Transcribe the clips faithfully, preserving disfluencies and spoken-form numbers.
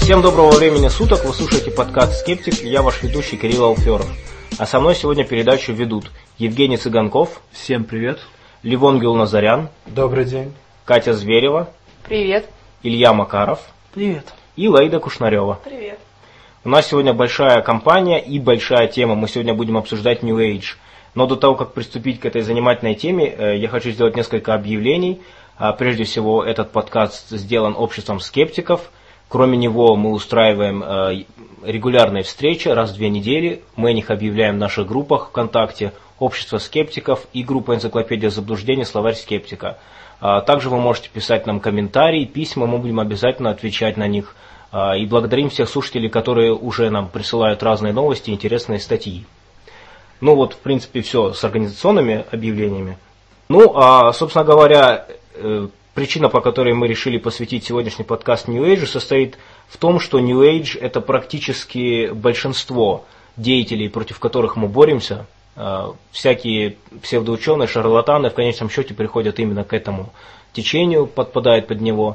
Всем доброго времени суток, вы слушаете подкаст «Скептик», и я ваш ведущий Кирилл Алферов. А со мной сегодня передачу ведут Евгений Цыганков. Всем привет. Ливон Гюлназарян. Добрый день. Катя Зверева. Привет. Илья Макаров. Привет. И Лаида Кушнарева. Привет. У нас сегодня большая компания и большая тема. Мы сегодня будем обсуждать New Age. Но до того, как приступить к этой занимательной теме, я хочу сделать несколько объявлений. Прежде всего, этот подкаст сделан обществом скептиков. Кроме него мы устраиваем регулярные встречи раз в две недели. Мы о них объявляем в наших группах ВКонтакте «Общество скептиков» и группа «Энциклопедия заблуждений. Словарь скептика». Также вы можете писать нам комментарии, письма, мы будем обязательно отвечать на них. И благодарим всех слушателей, которые уже нам присылают разные новости, интересные статьи. Ну вот, в принципе, все с организационными объявлениями. Ну, а, собственно говоря, причина, по которой мы решили посвятить сегодняшний подкаст New Age, состоит в том, что New Age – это практически большинство деятелей, против которых мы боремся. Всякие псевдоученые, шарлатаны в конечном счете приходят именно к этому течению, подпадают под него.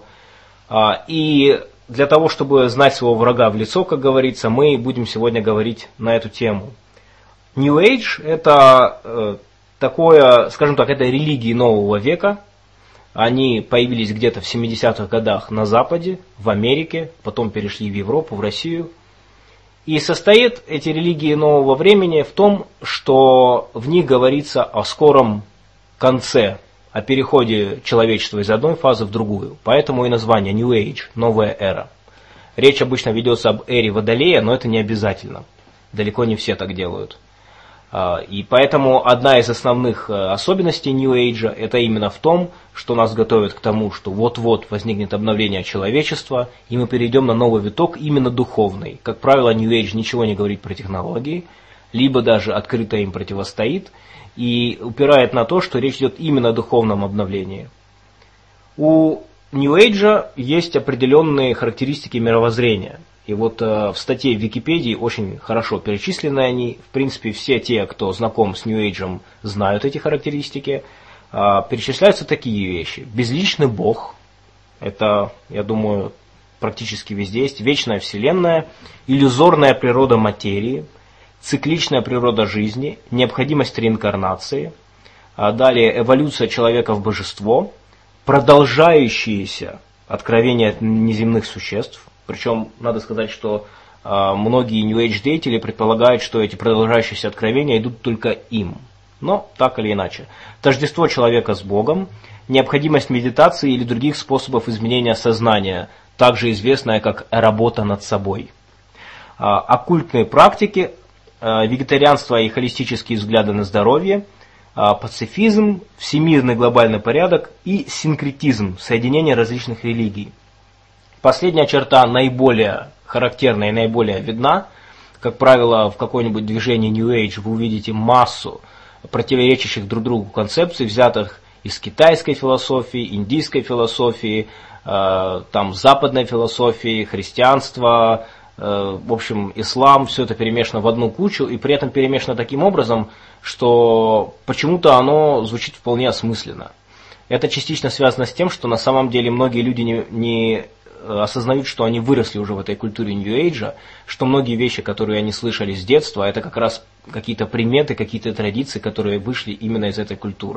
И для того, чтобы знать своего врага в лицо, как говорится, мы будем сегодня говорить на эту тему. New Age – это такое, скажем так, это религии нового века. Они появились где-то в семидесятых годах на Западе, в Америке, потом перешли в Европу, в Россию. И состоят эти религии нового времени в том, что в них говорится о скором конце, о переходе человечества из одной фазы в другую. Поэтому и название New Age, новая эра. Речь обычно ведется об эре Водолея, но это не обязательно. Далеко не все так делают. И поэтому одна из основных особенностей New Age это именно в том, что нас готовит к тому, что вот-вот возникнет обновление человечества, и мы перейдем на новый виток, именно духовный. Как правило, New Age ничего не говорит про технологии, либо даже открыто им противостоит, и упирает на то, что речь идет именно о духовном обновлении. У New Age есть определенные характеристики мировоззрения. И вот э, в статье в Википедии очень хорошо перечислены они. В принципе, все те, кто знаком с New Age, знают эти характеристики. Э, перечисляются такие вещи. Безличный Бог. Это, я думаю, практически везде есть. Вечная Вселенная. Иллюзорная природа материи. Цикличная природа жизни. Необходимость реинкарнации. А далее эволюция человека в божество. Продолжающиеся откровения неземных существ. Причем надо сказать, что э, многие New Age деятели предполагают, что эти продолжающиеся откровения идут только им. Но так или иначе. Тождество человека с Богом, необходимость медитации или других способов изменения сознания, также известная как работа над собой. Э, оккультные практики, э, вегетарианство и холистические взгляды на здоровье, э, пацифизм, всемирный глобальный порядок и синкретизм, соединение различных религий. Последняя черта наиболее характерна и наиболее видна. Как правило, в каком-нибудь движении New Age вы увидите массу противоречащих друг другу концепций, взятых из китайской философии, индийской философии, э, там, западной философии, христианства, э, в общем, ислам. Все это перемешано в одну кучу и при этом перемешано таким образом, что почему-то оно звучит вполне осмысленно. Это частично связано с тем, что на самом деле многие люди не... не осознают, что они выросли уже в этой культуре New Age, что многие вещи, которые они слышали с детства, это как раз какие-то приметы, какие-то традиции, которые вышли именно из этой культуры.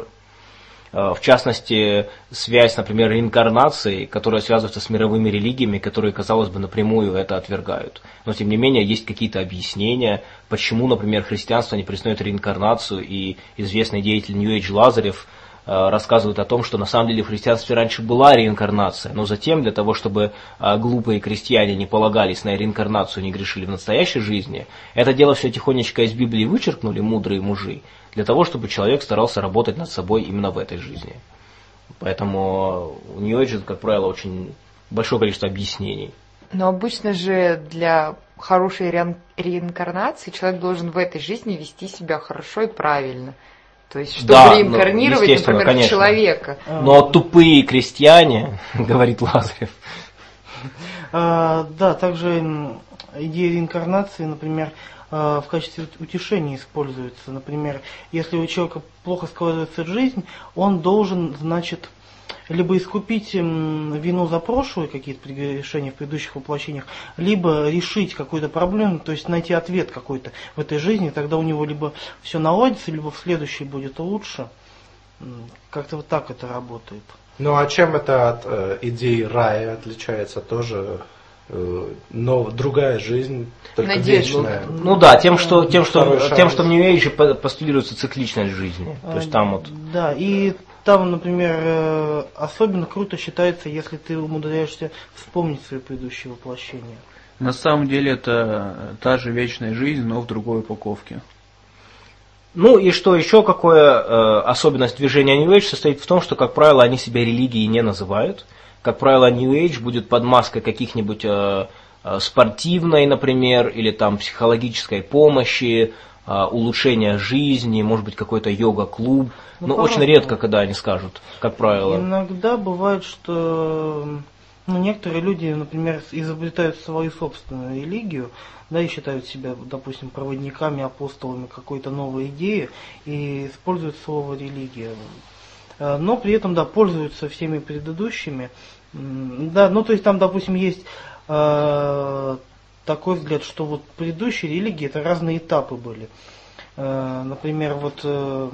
В частности, связь, например, реинкарнации, которая связывается с мировыми религиями, которые, казалось бы, напрямую это отвергают. Но, тем не менее, есть какие-то объяснения, почему, например, христианство не признает реинкарнацию, и известный деятель New Age Лазарев рассказывают о том, что на самом деле в христианстве раньше была реинкарнация, но затем для того, чтобы глупые крестьяне не полагались на реинкарнацию, не грешили в настоящей жизни, это дело все тихонечко из Библии вычеркнули мудрые мужи, для того, чтобы человек старался работать над собой именно в этой жизни. Поэтому у New Age, как правило, очень большое количество объяснений. Но обычно же для хорошей ре- реинкарнации человек должен в этой жизни вести себя хорошо и правильно. То есть, чтобы да, реинкарнировать, ну, например, конечно. человека. Но тупые крестьяне, говорит Лазарев. А, да, также идея реинкарнации, например, в качестве утешения используется. Например, если у человека плохо складывается жизнь, он должен, значит, либо искупить вину за прошлые какие-то прегрешения в предыдущих воплощениях, либо решить какую-то проблему, то есть найти ответ какой-то в этой жизни, тогда у него либо все наладится, либо в следующей будет лучше. Как-то вот так это работает. Ну а чем это от э, идеи рая отличается тоже? Э, но другая жизнь, только Надежда. вечная. Ну, ну да, тем, что, тем, что, Второй тем, шанс. что в New Age постулируется цикличность жизни. То есть там вот... Да, и там, например, э, особенно круто считается, если ты умудряешься вспомнить свои предыдущие воплощения. На самом деле это та же вечная жизнь, но в другой упаковке. Ну и что еще, какое э, особенность движения New Age состоит в том, что, как правило, они себя религией не называют. Как правило, New Age будет под маской каких-нибудь э, э, спортивной, например, или там психологической помощи, э, улучшения жизни, может быть, какой-то йога-клуб. Ну, Но очень по-разному. редко, когда они скажут, как правило. Иногда бывает, что ну, некоторые люди, например, изобретают свою собственную религию, да, и считают себя, допустим, проводниками, апостолами какой-то новой идеи и используют слово религия. Но при этом, да, пользуются всеми предыдущими. Да, ну то есть там, допустим, есть э, такой взгляд, что вот предыдущие религии это разные этапы были. Э, например, вот э,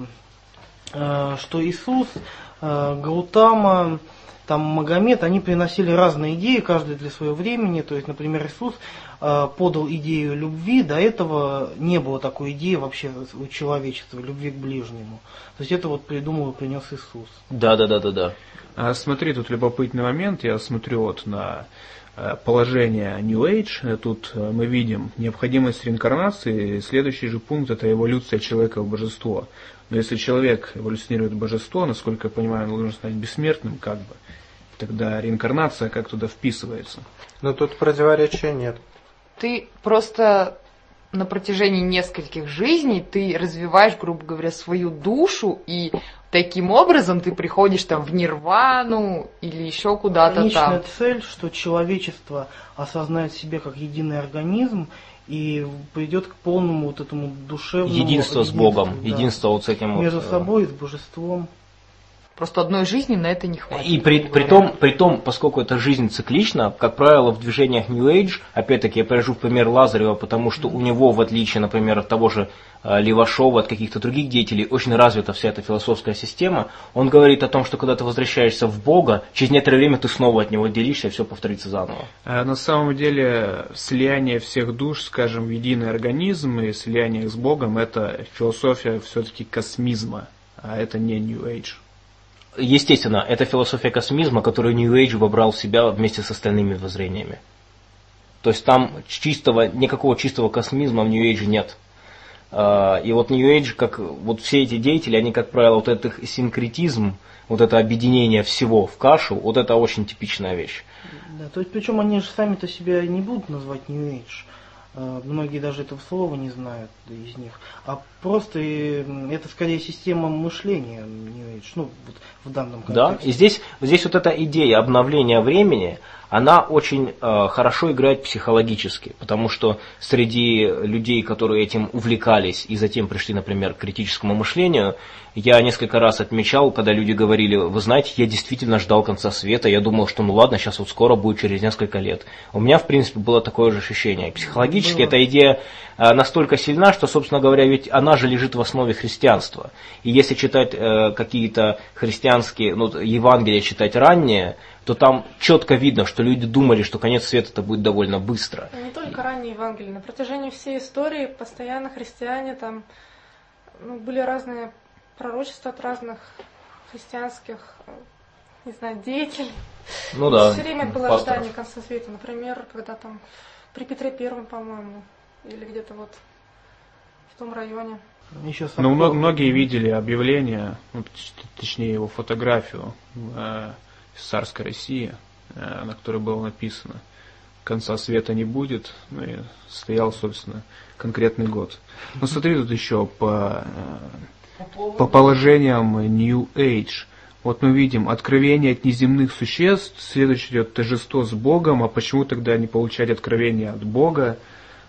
э, что Иисус, э, Гаутама, там Магомед, они приносили разные идеи, каждый для своего времени. То есть, например, Иисус э, подал идею любви, до этого не было такой идеи вообще у человечества, любви к ближнему. То есть это вот придумал и принес Иисус. Да, да, да, да, да. А смотри, тут любопытный момент, я смотрю вот на положение New Age, тут мы видим необходимость реинкарнации, следующий же пункт это эволюция человека в божество. Но если человек эволюционирует в божество, насколько я понимаю, он должен стать бессмертным, как бы, тогда реинкарнация как туда вписывается. Но тут противоречия нет. Ты просто на протяжении нескольких жизней ты развиваешь, грубо говоря, свою душу, и таким образом ты приходишь там в нирвану или еще куда-то Конечная там. цель, что человечество осознает себя как единый организм и придет к полному вот этому душевному Единство с Богом, да. единство вот с этим Между вот, собой и с божеством. Просто одной жизни на это не хватит. И при, при, том, при том, поскольку эта жизнь циклична, как правило, в движениях New Age, опять-таки я привожу в пример Лазарева, потому что у него, в отличие, например, от того же э, Левашова, от каких-то других деятелей, очень развита вся эта философская система. Он говорит о том, что когда ты возвращаешься в Бога, через некоторое время ты снова от него отделишься, и все повторится заново. А на самом деле слияние всех душ, скажем, в единый организм и слияние с Богом, это философия все-таки космизма, а это не New Age. Естественно, это философия космизма, которую New Age вобрал в себя вместе с остальными воззрениями. То есть там чистого, никакого чистого космизма в New Age нет. И вот New Age, как вот все эти деятели, они, как правило, вот этот синкретизм, вот это объединение всего в кашу, вот это очень типичная вещь. Да, то есть, причем они же сами-то себя не будут назвать New Age. Многие даже этого слова не знают из них. А просто это скорее система мышления New Age, ну, вот в данном контексте. Да, и здесь, здесь вот эта идея обновления времени, она очень э, хорошо играет психологически, потому что среди людей, которые этим увлекались и затем пришли, например, к критическому мышлению, я несколько раз отмечал, когда люди говорили, вы знаете, я действительно ждал конца света, я думал, что ну ладно, сейчас вот скоро будет, через несколько лет. У меня, в принципе, было такое же ощущение. И психологически было. Эта идея э, настолько сильна, что, собственно говоря, ведь она же лежит в основе христианства. И если читать э, какие-то христианские, ну, Евангелия читать ранние, то там четко видно, что люди думали, что конец света это будет довольно быстро. Не только ранние Евангелия, на протяжении всей истории постоянно христиане там ну, были разные пророчества от разных христианских, не знаю, деятелей. Ну да. Все время было пасторов. ожидание конца света. Например, когда там при Петре Первом, по-моему, или где-то вот в том районе. Еще ну, многие видели объявление, ну, точнее его фотографию э, из царской России, э, на которой было написано «Конца света не будет», ну и стоял, собственно, конкретный год. Ну смотри, тут еще по, э, по положениям New Age. Вот мы видим откровение от неземных существ, следующее идет тожество с Богом, а почему тогда не получать откровение от Бога?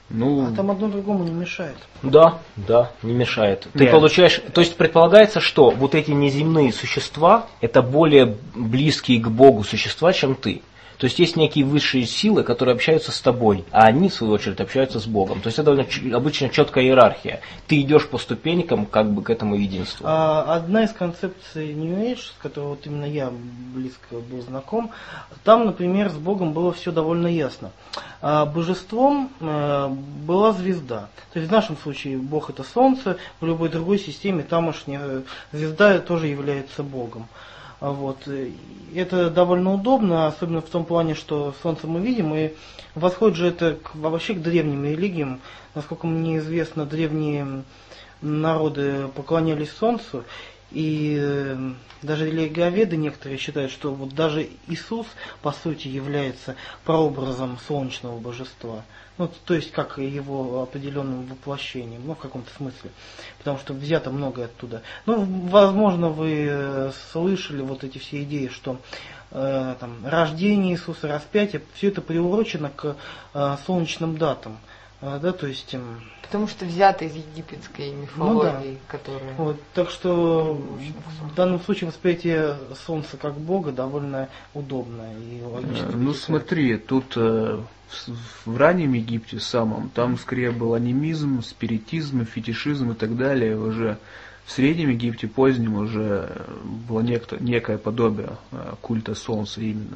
Ну, А там одно другому не мешает. Да, да, не мешает. Ты Нет. получаешь, то есть предполагается, что вот эти неземные существа, это более близкие к Богу существа, чем ты. То есть есть некие высшие силы, которые общаются с тобой, а они, в свою очередь, общаются с Богом. То есть это довольно ч- обычно четкая иерархия. Ты идешь по ступенькам как бы к этому единству. А одна из концепций New Age, с которой вот именно я близко был знаком, там, например, с Богом было все довольно ясно. А божеством э, была звезда. То есть в нашем случае Бог это Солнце, в любой другой системе тамошняя звезда тоже является Богом. А Вот. Это довольно удобно, особенно в том плане, что Солнце мы видим, и восходит же это к, вообще к древним религиям. Насколько мне известно, древние народы поклонялись Солнцу, и э, даже религиоведы некоторые считают, что вот даже Иисус по сути является прообразом солнечного божества. Ну, то есть как его определенным воплощением, ну в каком-то смысле, потому что взято многое оттуда. Ну, возможно, вы э, слышали вот эти все идеи, что э, там, рождение Иисуса, распятие, все это приурочено к э, солнечным датам. Э, да, то есть, э, Потому что взято из египетской мифологии, Ну да. которая... вот, так что в данном случае восприятие Солнца как Бога довольно удобно и логично. Э, Ну смотри, тут э, в, в раннем Египте самом, там скорее был анимизм, спиритизм, фетишизм и так далее. Уже в Среднем Египте, позднем, уже было некто, некое подобие э, культа Солнца именно.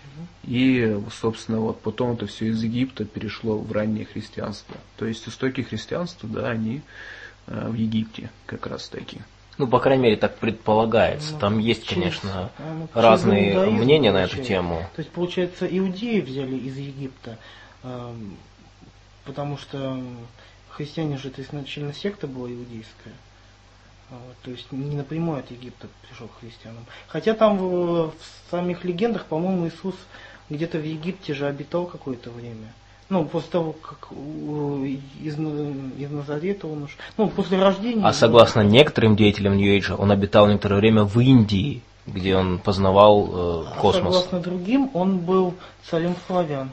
И, собственно, вот потом это все из Египта перешло в раннее христианство. То есть истоки христианства, да, они э, в Египте как раз таки. Ну, по крайней мере, так предполагается. Ну, Там есть, через- конечно, а, ну, через разные иудаизм мнения на эту получается. тему. То есть, получается, иудеи взяли из Египта, эм, потому что м, христиане же это изначально секта была иудейская. А, вот, то есть не напрямую от Египта пришел к христианам. Хотя там в, в самих легендах, по-моему, Иисус где-то в Египте же обитал какое-то время. Ну, после того, как у- из, из Назарета он уж... Ну, после рождения... А согласно некоторым деятелям New Age, он обитал некоторое время в Индии, где он познавал э, а космос. согласно другим, он был царем славян.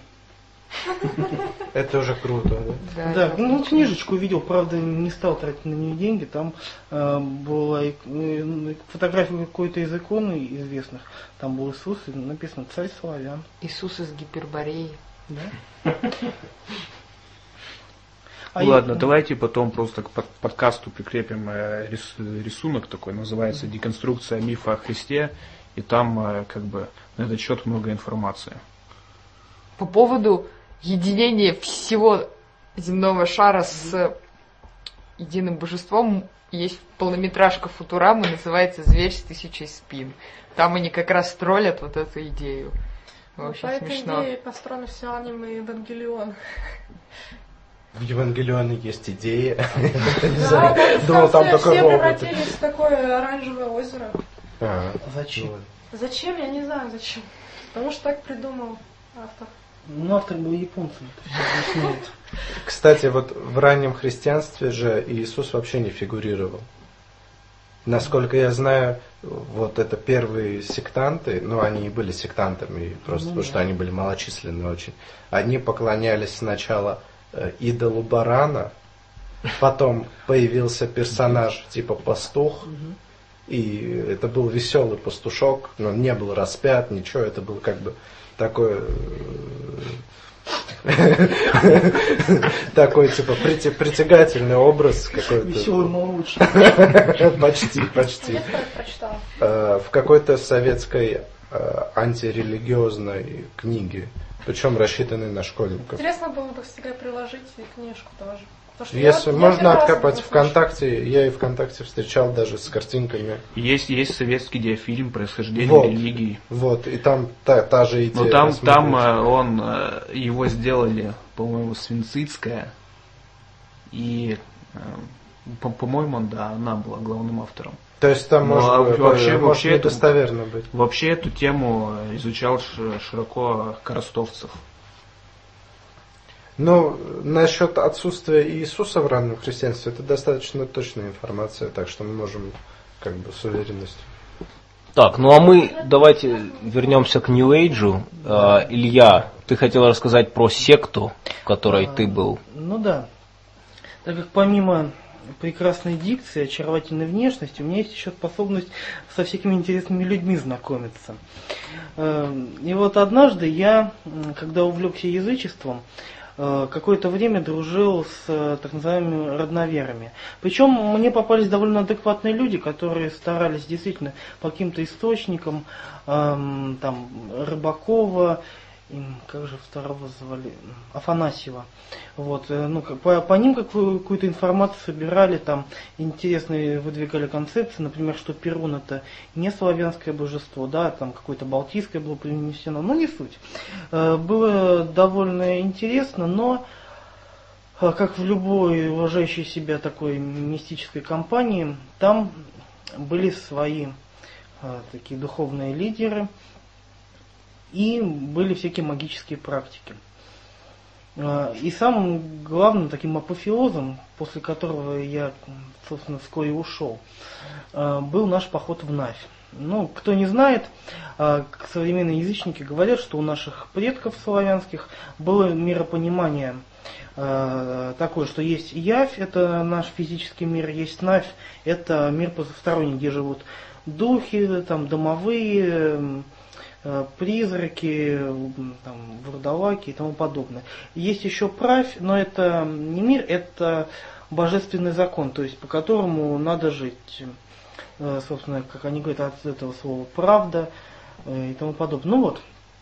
Это уже круто, да? Да, ну книжечку видел, правда не стал тратить на нее деньги. Там э, была ик- э, фотография какой-то из икон известных. Там был Иисус, и написано «Царь славян». Иисус из Гипербореи. Да? А Ладно, я- давайте потом просто к под- подкасту прикрепим э, рис- рисунок такой, называется «Деконструкция мифа о Христе», и там э, как бы на этот счет много информации. По поводу единения всего земного шара с единым божеством есть полнометражка Футурамы, называется «Зверь с тысячей спин». Там они как раз троллят вот эту идею. Очень По этой смешно. идее построено все аниме Евангелион. В Евангелионе есть идея. Да, там Думал, в там конце только все роботы. превратились в такое оранжевое озеро. А, Зачем? ну, Зачем? Я не знаю зачем. Потому что так придумал автор. Ну, автор был японцем, это все объясняет. Кстати, вот в раннем христианстве же Иисус вообще не фигурировал. Насколько я знаю, вот это первые сектанты, ну они и были сектантами, просто Ну, потому да. что они были малочисленны очень. Они поклонялись сначала э, идолу барана, потом появился персонаж типа пастух, и это был веселый пастушок, но он не был распят, ничего, это был как бы такой э, такой типа прити- притягательный образ какой-то. Веселый молочник. Почти, почти. Я второй прочитала. Э, В какой-то советской э, антирелигиозной книге, причем рассчитанной на школьников. Интересно было бы всегда приложить и книжку тоже. Потому что я- Если я можно первый раз откопать это слышу. ВКонтакте, я и ВКонтакте встречал даже с картинками. Есть, есть советский диафильм «Происхождение Вот. религии». Вот, и там та, та же идея. Но там, рассмотреть. там э, он, э, его сделали, по-моему, Свинцицкая. И, э, по- по-моему, он, да, она была главным автором. То есть там Ну, может, а быть, вообще- может вообще это- недостоверно быть. Вообще эту тему изучал ш- широко Коростовцев. Ну, насчет отсутствия Иисуса в раннем христианстве, это достаточно точная информация, так что мы можем как бы с уверенностью. Так, ну а мы давайте вернемся к New Age. Да. Илья, ты хотел рассказать про секту, в которой а, ты был. Ну да. Так как помимо прекрасной дикции, очаровательной внешности, у меня есть еще способность со всякими интересными людьми знакомиться. И вот однажды я, когда увлекся язычеством, какое-то время дружил с так называемыми родноверами. Причем мне попались довольно адекватные люди, которые старались действительно по каким-то источникам, эм, там, Рыбакова, как же второго звали, Афанасьева. Вот, ну, по, по ним какую, какую-то информацию собирали, там интересные выдвигали концепции, например, что Перун это не славянское божество, да, там какое-то балтийское было принесено, но не суть. Было довольно интересно, но как в любой уважающей себя такой мистической компании, там были свои такие духовные лидеры, и были всякие магические практики. И самым главным таким апофеозом, после которого я, собственно, вскоре ушел, был наш поход в Навь. Ну, кто не знает, современные язычники говорят, что у наших предков славянских было миропонимание такое, что есть Явь, это наш физический мир, есть Навь, это мир потусторонний, где живут духи, там, домовые, призраки, там, вурдалаки и тому подобное. Есть еще правь, но это не мир, это божественный закон, то есть по которому надо жить. Собственно, как они говорят, от этого слова правда и тому подобное. Ну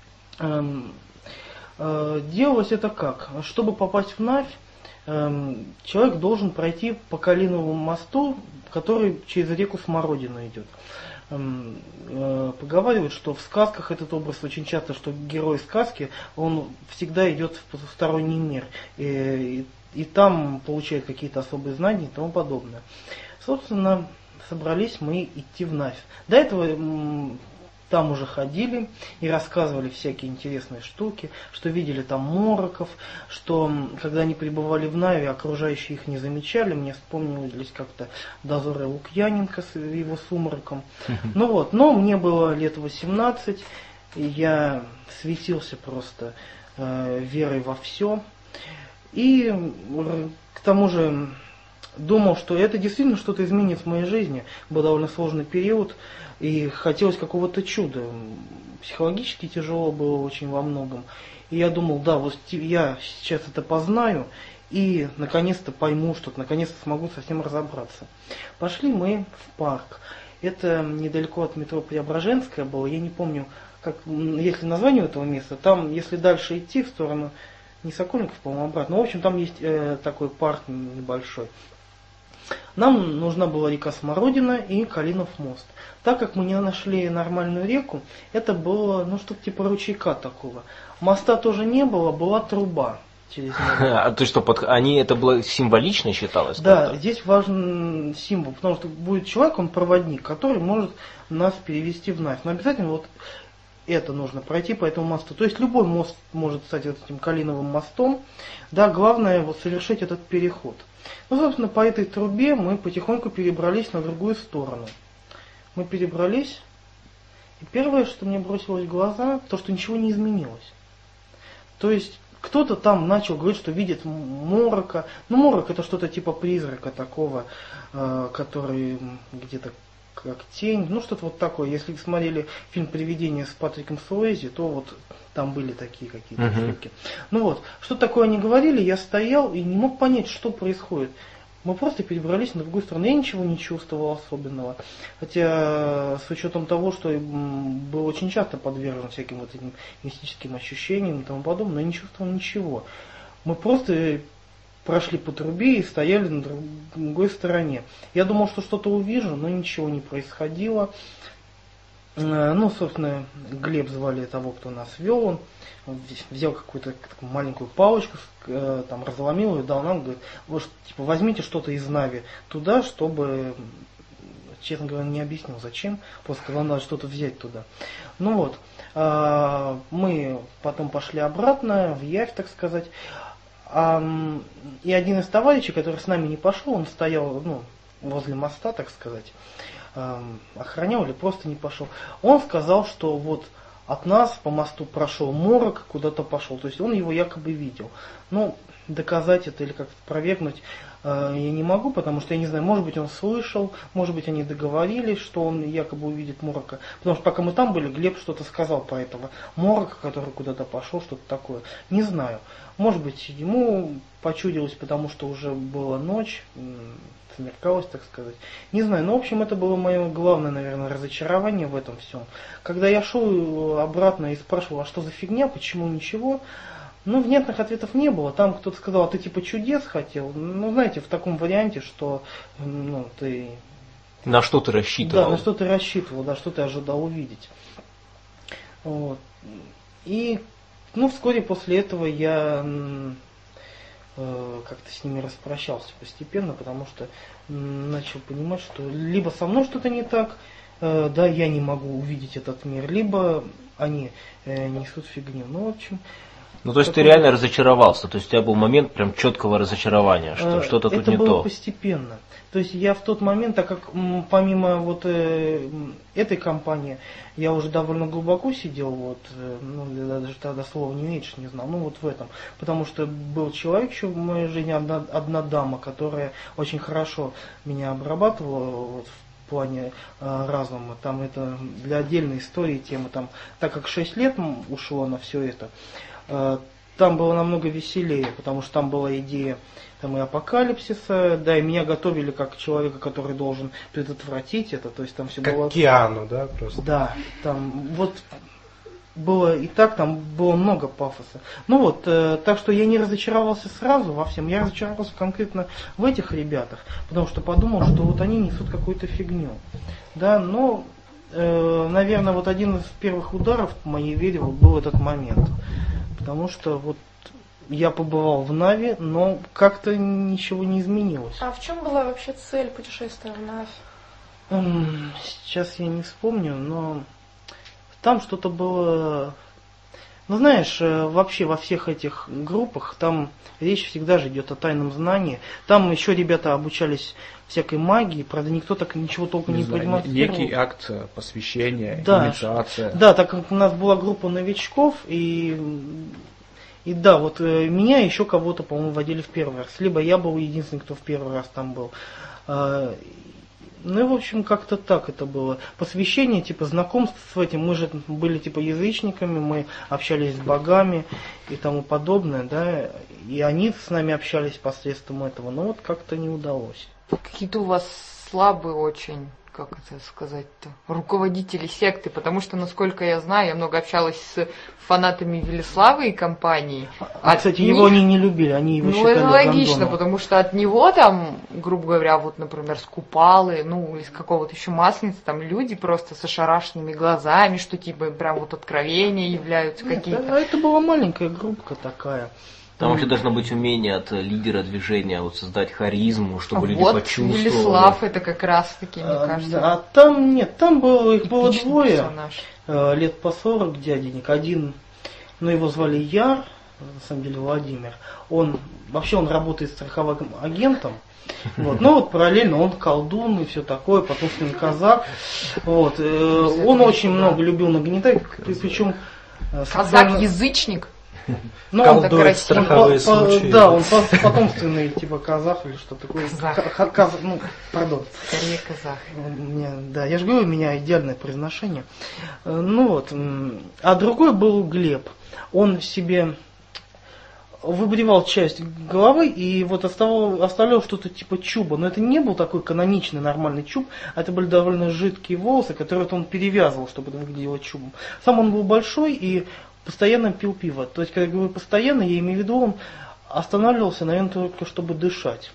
вот, делалось это как? Чтобы попасть в Навь, человек должен пройти по Калиновому мосту, который через реку Смородину идет. Поговаривают, что в сказках этот образ очень часто, что герой сказки, он всегда идет в потусторонний мир, и, и, и там получает какие-то особые знания и тому подобное. Собственно, собрались мы идти в Навь. До этого там уже ходили и рассказывали всякие интересные штуки, что видели там мороков, что когда они пребывали в Наве, окружающие их не замечали. Мне вспомнились как-то дозоры Лукьяненко с его сумраком. Ну вот, но мне было лет восемнадцать, и я светился просто э, верой во все. И к тому же думал, что это действительно что-то изменит в моей жизни. Был довольно сложный период, и хотелось какого-то чуда. Психологически тяжело было очень во многом. И я думал, да, вот я сейчас это познаю, и наконец-то пойму что-то, наконец-то смогу совсем разобраться. Пошли мы в парк. Это недалеко от метро Преображенская было, я не помню, как, если название этого места, там, если дальше идти в сторону, не Сокольников, по-моему, обратно, в общем, там есть э, такой парк небольшой. Нам нужна была река Смородина и Калинов мост. Так как мы не нашли нормальную реку, это было, ну, что-то типа ручейка такого. Моста тоже не было, была труба через него. А то что, под... они это было символично считалось? Да, как-то? Здесь важен символ, потому что будет человек, он проводник, который может нас перевести в Навь. Но обязательно вот это нужно пройти по этому мосту. То есть любой мост может стать вот этим Калиновым мостом. Да, главное вот совершить этот переход. Ну, собственно, по этой трубе мы потихоньку перебрались на другую сторону. Мы перебрались, и первое, что мне бросилось в глаза, то, что ничего не изменилось. То есть кто-то там начал говорить, что видит морока. Ну, морок это что-то типа призрака такого, э, который где-то как тень, ну что-то вот такое. Если смотрели фильм «Привидение» с Патриком Суэйзи, то вот там были такие какие-то uh-huh. штуки. Ну вот, что такое они говорили, я стоял и не мог понять, что происходит. Мы просто перебрались на другую сторону. Я ничего не чувствовал особенного. Хотя с учетом того, что был очень часто подвержен всяким вот этим мистическим ощущениям и тому подобное, но я не чувствовал ничего. Мы просто прошли по трубе и стояли на другой стороне. Я думал, что что-то увижу, но ничего не происходило. Ну, собственно, Глеб звали того, кто нас вел. Он взял какую-то маленькую палочку, там, разломил ее, дал нам, говорит, вот, типа, возьмите что-то из Нави туда, чтобы, честно говоря, не объяснил, зачем, просто сказал, надо что-то взять туда. Ну вот, мы потом пошли обратно, в Явь, так сказать. И один из товарищей, который с нами не пошел, он стоял, ну, возле моста, так сказать. э, охранял или просто не пошел. Он сказал, что вот от нас по мосту прошел морок, куда-то пошел. То есть он его якобы видел. Ну, доказать это или как-то опровергнуть э, я не могу, потому что я не знаю, может быть он слышал, может быть они договорились, что он якобы увидит морока. Потому что пока мы там были, Глеб что-то сказал про этого морока, который куда-то пошел, что-то такое. Не знаю. Может быть ему почудилось, потому что уже была ночь, смеркалось, так сказать. Не знаю, но в общем это было мое главное, наверное, разочарование в этом всем. Когда я шел обратно и спрашивал, а что за фигня, почему ничего, ну, внятных ответов не было. Там кто-то сказал, а ты типа чудес хотел. Ну, знаете, в таком варианте, что ну, ты... На что ты рассчитывал? Да, на что ты рассчитывал, да, что ты ожидал увидеть. Вот. И, ну, вскоре после этого я э, как-то с ними распрощался постепенно, потому что э, начал понимать, что либо со мной что-то не так, э, да, я не могу увидеть этот мир, либо они э, несут фигню. Ну, в общем... Ну, то есть такой... ты реально разочаровался, то есть у тебя был момент прям четкого разочарования, что э, что-то тут это не было то. Постепенно. То есть я в тот момент, так как м, помимо вот э, этой компании, я уже довольно глубоко сидел, вот, э, ну, я даже тогда слова New Age не знал, ну вот в этом. Потому что был человек еще в моей жизни, одна, одна дама, которая очень хорошо меня обрабатывала вот, в плане э, разума. Там это для отдельной истории темы, там, так как шесть лет ушло на все это, э, там было намного веселее, потому что там была идея там и апокалипсиса, да, и меня готовили как человека, который должен предотвратить это, то есть там все как было... Киану, да, просто? Да, там вот было и так, там было много пафоса. Ну вот, э, так что я не разочаровался сразу во всем, я разочаровался конкретно в этих ребятах, потому что подумал, что вот они несут какую-то фигню. Да, но, э, наверное, вот один из первых ударов по моей вере вот был этот момент. Потому что вот я побывал в Нави, но как-то ничего не изменилось. А в чем была вообще цель путешествия в Нави? Сейчас я не вспомню, но там что-то было... Ну, знаешь, вообще во всех этих группах там речь всегда же идет о тайном знании. Там еще ребята обучались всякой магии, правда, никто так ничего толком не, не знаю, понимал. Некий акт посвящения, да, инициация. Да, так как у нас была группа новичков, и, и да, вот меня еще кого-то, по-моему, водили в первый раз. Либо я был единственный, кто в первый раз там был. Ну и, в общем, как-то так это было. Посвящение, типа, знакомств с этим. Мы же были, типа, язычниками, мы общались с богами и тому подобное, да. И они с нами общались посредством этого, но вот как-то не удалось. Какие-то у вас слабые очень, как это сказать-то, руководители секты, потому что, насколько я знаю, я много общалась с фанатами Велиславы и компании. А, кстати, них... его они не любили, они его ну, считали это логично, гондоном. Потому что от него там, грубо говоря, вот, например, с Купалы, ну, из какого-то еще Масленицы, там люди просто с ошарашенными глазами, что типа прям вот откровения являются Нет, какие-то. А это была маленькая группка такая. Там вообще должно быть умение от лидера движения, вот создать харизму, чтобы а люди вот почувствовали. Велислав это как раз таки, мне а, кажется. А там нет, там было, их было двое, персонаж. лет по сорок дяденек. Один, ну его звали Яр, на самом деле Владимир. Он, вообще он работает страховым агентом. Вот. Но вот параллельно он колдун и все такое, потомственный казак. Вот. Он очень много любил нагнетать, причем... Казак-язычник? Ну, колдует он, страховые он, случаи. Да, он потомственный типа казах или что такое. Казах. Каз, ну, пардон. Скорее казах. Меня, да, я же говорю, у меня идеальное произношение. Ну вот. А другой был Глеб. Он себе выбривал часть головы и вот оставлял, оставлял что-то типа чуба. Но это не был такой каноничный нормальный чуб, а это были довольно жидкие волосы, которые вот он перевязывал, чтобы это выглядело чубом. Сам он был большой и постоянно пил пиво. То есть, когда я говорю постоянно, я имею в виду, он останавливался, наверное, только чтобы дышать.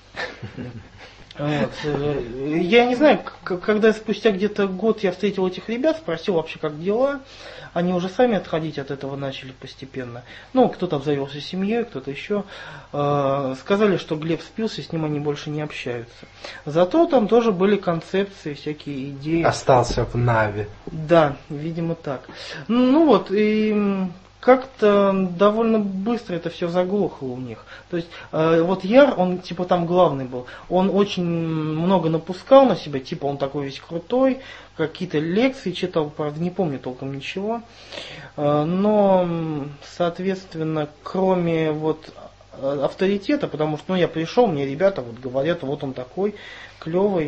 Вот. Я не знаю, когда спустя где-то год я встретил этих ребят, спросил вообще, как дела. Они уже сами отходить от этого начали постепенно. Ну, кто-то обзавелся семьей, кто-то еще. Сказали, что Глеб спился, с ним они больше не общаются. Зато там тоже были концепции, всякие идеи. Остался в Нави. Да, видимо так. Ну вот, и как-то довольно быстро это все заглохло у них. То есть э, вот Яр, он типа там главный был, он очень много напускал на себя, типа он такой весь крутой, какие-то лекции читал, правда не помню толком ничего. Э, но, соответственно, кроме вот авторитета, потому что ну, я пришел, мне ребята вот говорят, вот он такой клевый.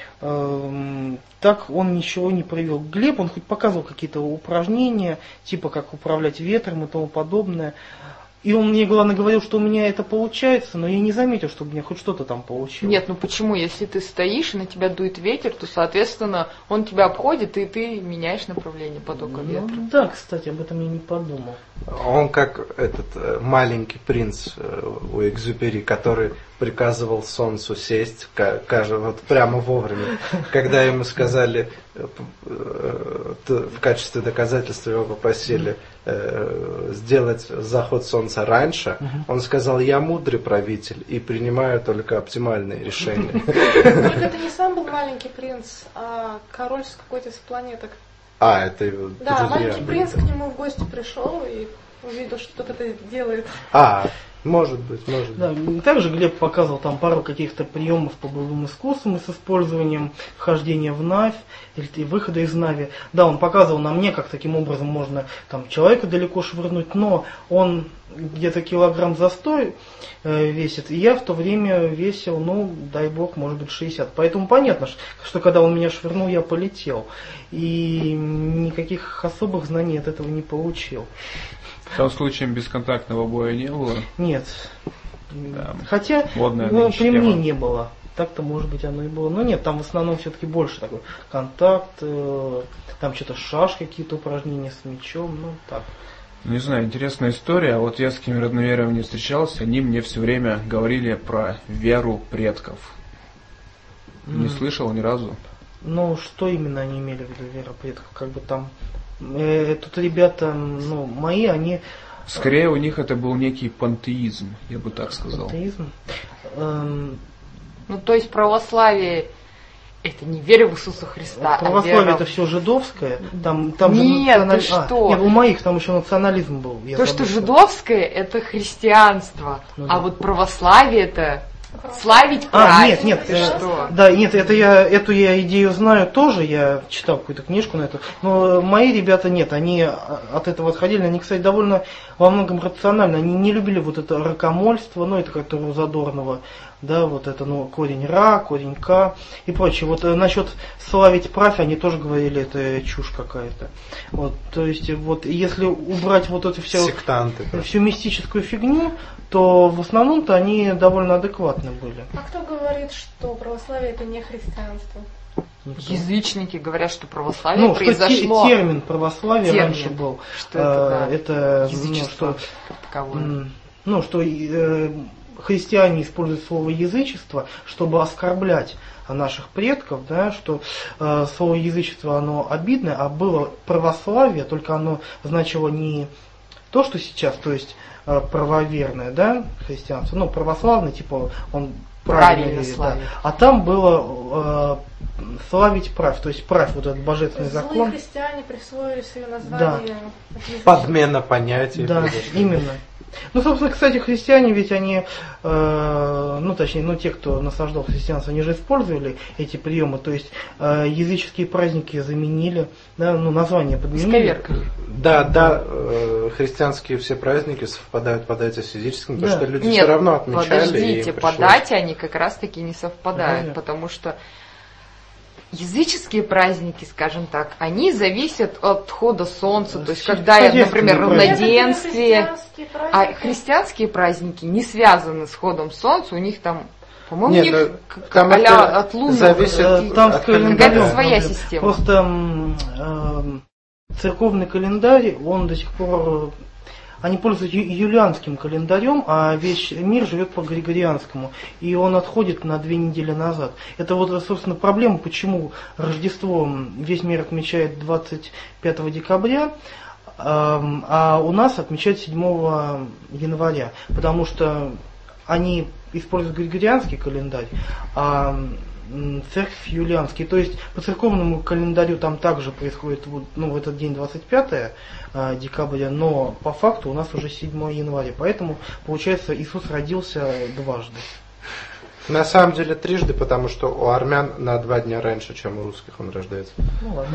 Так он ничего не провел. Глеб, он хоть показывал какие-то упражнения, типа как управлять ветром и тому подобное. И он мне, главное, говорил, что у меня это получается, но я не заметил, что у меня хоть что-то там получилось. Нет, ну почему? Если ты стоишь, и на тебя дует ветер, то, соответственно, он тебя обходит, и ты меняешь направление потока ветра. Ну, да, кстати, об этом я не подумал. Он как этот маленький принц у Экзюпери, который приказывал солнцу сесть, вот прямо вовремя. Когда ему сказали, в качестве доказательства его попросили сделать заход солнца раньше, он сказал, я мудрый правитель и принимаю только оптимальные решения. Только это не сам был маленький принц, а король с какой-то из планеток. А, это его Да, друзья. маленький принц к нему в гости пришел и увидел, что кто-то это делает. А, может быть, может Да, быть. также Глеб показывал там пару каких-то приемов по боевым искусствам с использованием вхождения в Навь или выхода из Нави. Да, он показывал на мне, как таким образом можно там человека далеко швырнуть, но он где-то килограмм за сто э, весит, и я в то время весил, ну, дай бог, может быть, шестьдесят. Поэтому понятно, что когда он меня швырнул, я полетел. И никаких особых знаний от этого не получил. Там случаем бесконтактного боя не было? Нет. Да. Хотя Водная ну, при тема. мне не было. Так-то, может быть, оно и было. Но нет, там в основном все-таки больше такой контакт, э, там что-то шаш, какие-то упражнения с мячом, ну так. Не знаю, интересная история. Вот я с кем родноверием не встречался, они мне все время говорили про веру предков. Не Mm. слышал ни разу. Ну, что именно они имели в виду, вера предков? Как бы там... Э, тут ребята, ну, мои, они... Скорее у них это был некий пантеизм, я бы так сказал. Пантеизм. Эм, Ну, то есть православие это не вера в Иисуса Христа, православие а вера... это все жидовское. Там, там Нет, же националь... ты а, что? нет, у моих там еще национализм был. Я То, забыл, что жидовское, это христианство, Ну, а да. вот православие это славить А, праздник. нет, нет, Ты э, что? да, нет, это я, эту я идею знаю тоже, я читал какую-то книжку на это, но мои ребята нет, они от этого отходили, они, кстати, довольно во многом рационально, они не любили вот это ракомольство, ну, это которое у Задорнова, да, вот это, ну, корень ра, корень к и прочее. Вот э, насчет славить правь, они тоже говорили, это чушь какая-то. Вот, то есть, вот, если убрать вот эту всю, Сектанты. да. всю мистическую фигню, то в основном-то они довольно адекватны были. А кто говорит, что православие это не христианство? Язычники говорят, что православие Ну, что произошло. те- термин православие Термин. раньше был. Что это, да, э, это, ну, язычество что, как таковое. м, ну, что э, христиане используют слово язычество, чтобы оскорблять наших предков, да, что э, слово язычество оно обидное, а было православие, только оно значило не то, что сейчас, то есть э, правоверное, да, христианство, ну, православный, типа, он правильно Правильно верит, да. славит. А там было э, славить правь, то есть правь, вот этот божественный Злые закон. христиане присвоили себе название. от язычества. Подмена понятий. Да, произошла. именно. Ну, собственно, кстати, христиане ведь они, э, ну, точнее, ну, те, кто насаждал христианство, они же использовали эти приемы, то есть э, языческие праздники заменили, да, ну, название подменили. Исковеркали. Да, да, э, христианские все праздники совпадают по дате с физическим, потому Да. что люди Нет, все равно отмечали. и подождите, им по пришлось. дате они как раз таки не совпадают, Разве? потому что языческие праздники, скажем так, они зависят от хода солнца, то есть когда, Христианские например, праздники. равноденствие, Христианские а праздники. христианские праздники не связаны с ходом солнца, у них там, по-моему, Нет, у них ну, к- там а-ля это от лунных зависит Э, каких- Там с от календарем какая-то своя проблема. система. Просто м, эм, церковный календарь, он до сих пор, они пользуются ю- юлианским календарем, а весь мир живет по григорианскому, и он отходит на две недели назад. Это вот, собственно, проблема, почему Рождество весь мир отмечает двадцать пятого декабря, эм, а у нас отмечают седьмого января, потому что они используют григорианский календарь, а церковь Юлианский. То есть по церковному календарю там также происходит вот, ну, в этот день двадцать пятое декабря, но по факту у нас уже седьмое января. Поэтому, получается, Иисус родился дважды. На самом деле трижды, потому что у армян на два дня раньше, чем у русских он рождается. Ну ладно.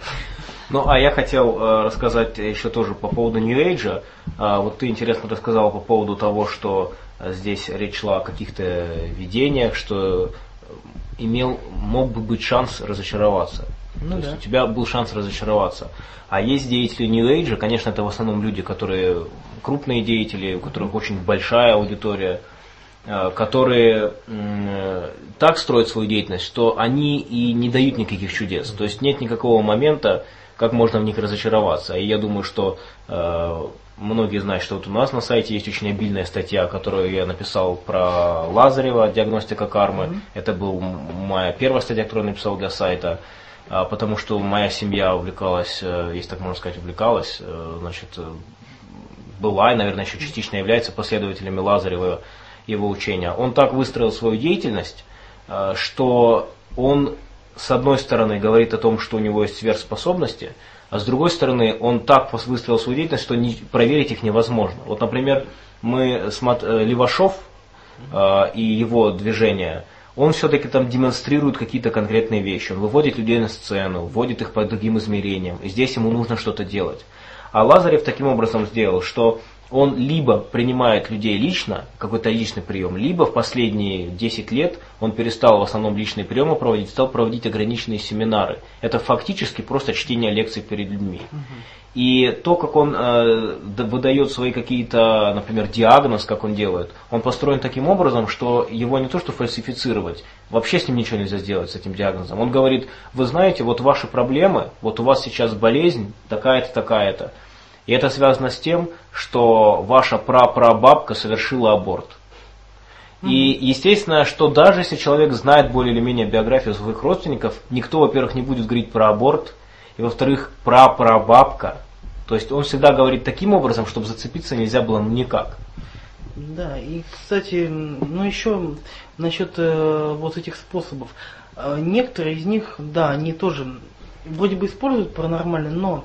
Ну, а я хотел э, рассказать еще тоже по поводу New Age. А, вот ты интересно рассказала по поводу того, что здесь речь шла о каких-то видениях, что имел, мог бы быть шанс разочароваться. Ну, То да. есть у тебя был шанс разочароваться. А есть деятели New Age, конечно, это в основном люди, которые крупные деятели, у которых очень большая аудитория, которые э, так строят свою деятельность, что они и не дают никаких чудес. То есть нет никакого момента, как можно в них разочароваться. И я думаю, что э, многие знают, что вот у нас на сайте есть очень обильная статья, которую я написал про Лазарева, диагностика кармы. Mm-hmm. Это была моя первая статья, которую я написал для сайта, э, потому что моя семья увлекалась, э, если так можно сказать, увлекалась, э, значит, э, была и, наверное, еще частично является последователями Лазарева, его учения. Он так выстроил свою деятельность, что он, с одной стороны, говорит о том, что у него есть сверхспособности, а с другой стороны, он так выстроил свою деятельность, что не, проверить их невозможно. Вот, например, мы смотрим Левашов и его движения, он все-таки там демонстрирует какие-то конкретные вещи. Он выводит людей на сцену, вводит их по другим измерениям, и здесь ему нужно что-то делать. А Лазарев таким образом сделал, что он либо принимает людей лично, какой-то личный прием, либо в последние десять лет он перестал в основном личные приемы проводить, стал проводить ограниченные семинары. Это фактически просто чтение лекций перед людьми. Угу. И то, как он э, выдает свои какие-то, например, диагноз, как он делает, он построен таким образом, что его не то что фальсифицировать, вообще с ним ничего нельзя сделать, с этим диагнозом. Он говорит, вы знаете, вот ваши проблемы, вот у вас сейчас болезнь такая-то, такая-то. И это связано с тем, что ваша прапрабабка совершила аборт. Mm-hmm. И естественно, что даже если человек знает более или менее биографию своих родственников, никто, во-первых, не будет говорить про аборт, и, во-вторых, прапрабабка. То есть он всегда говорит таким образом, чтобы зацепиться нельзя было никак. Да, и, кстати, ну еще насчет э, вот этих способов. Э, некоторые из них, да, они тоже вроде бы используют паранормально, но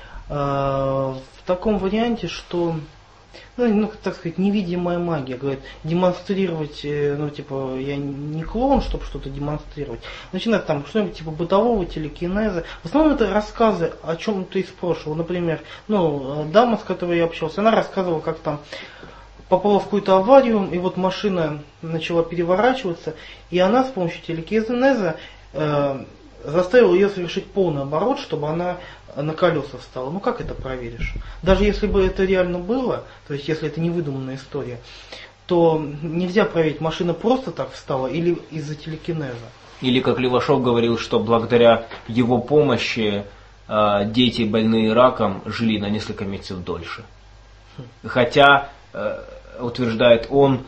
в таком варианте, что, ну, ну, так сказать, невидимая магия, говорит, демонстрировать, ну, типа, я не клоун, чтобы что-то демонстрировать, начинает там что-нибудь типа бытового телекинеза. В основном это рассказы о чем-то из прошлого. Например, ну, дама, с которой я общался, она рассказывала, как там попала в какую-то аварию, и вот машина начала переворачиваться, и она с помощью телекинеза э, заставила ее совершить полный оборот, чтобы она на колеса встала. Ну как это проверишь? Даже если бы это реально было, то есть если это не выдуманная история, то нельзя проверить, машина просто так встала или из-за телекинеза. Или как Левашов говорил, что благодаря его помощи э, дети, больные раком, жили на несколько месяцев дольше. Хотя, э, утверждает он,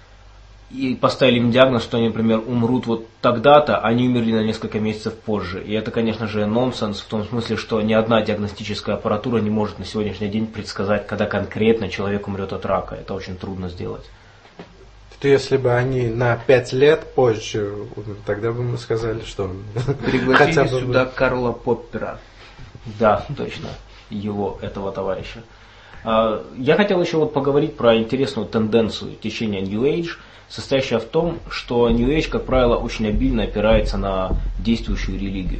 и поставили им диагноз, что они, например, умрут вот тогда-то, они умерли на несколько месяцев позже. И это, конечно же, нонсенс в том смысле, что ни одна диагностическая аппаратура не может на сегодняшний день предсказать, когда конкретно человек умрет от рака. Это очень трудно сделать. Если бы они на пять лет позже, тогда бы мы сказали, что... Пригласили хотя бы сюда Карла Поппера. Да, точно, его, этого товарища. Я хотел еще вот поговорить про интересную тенденцию течения New Age, состоящая в том, что New Age, как правило, очень обильно опирается на действующую религию.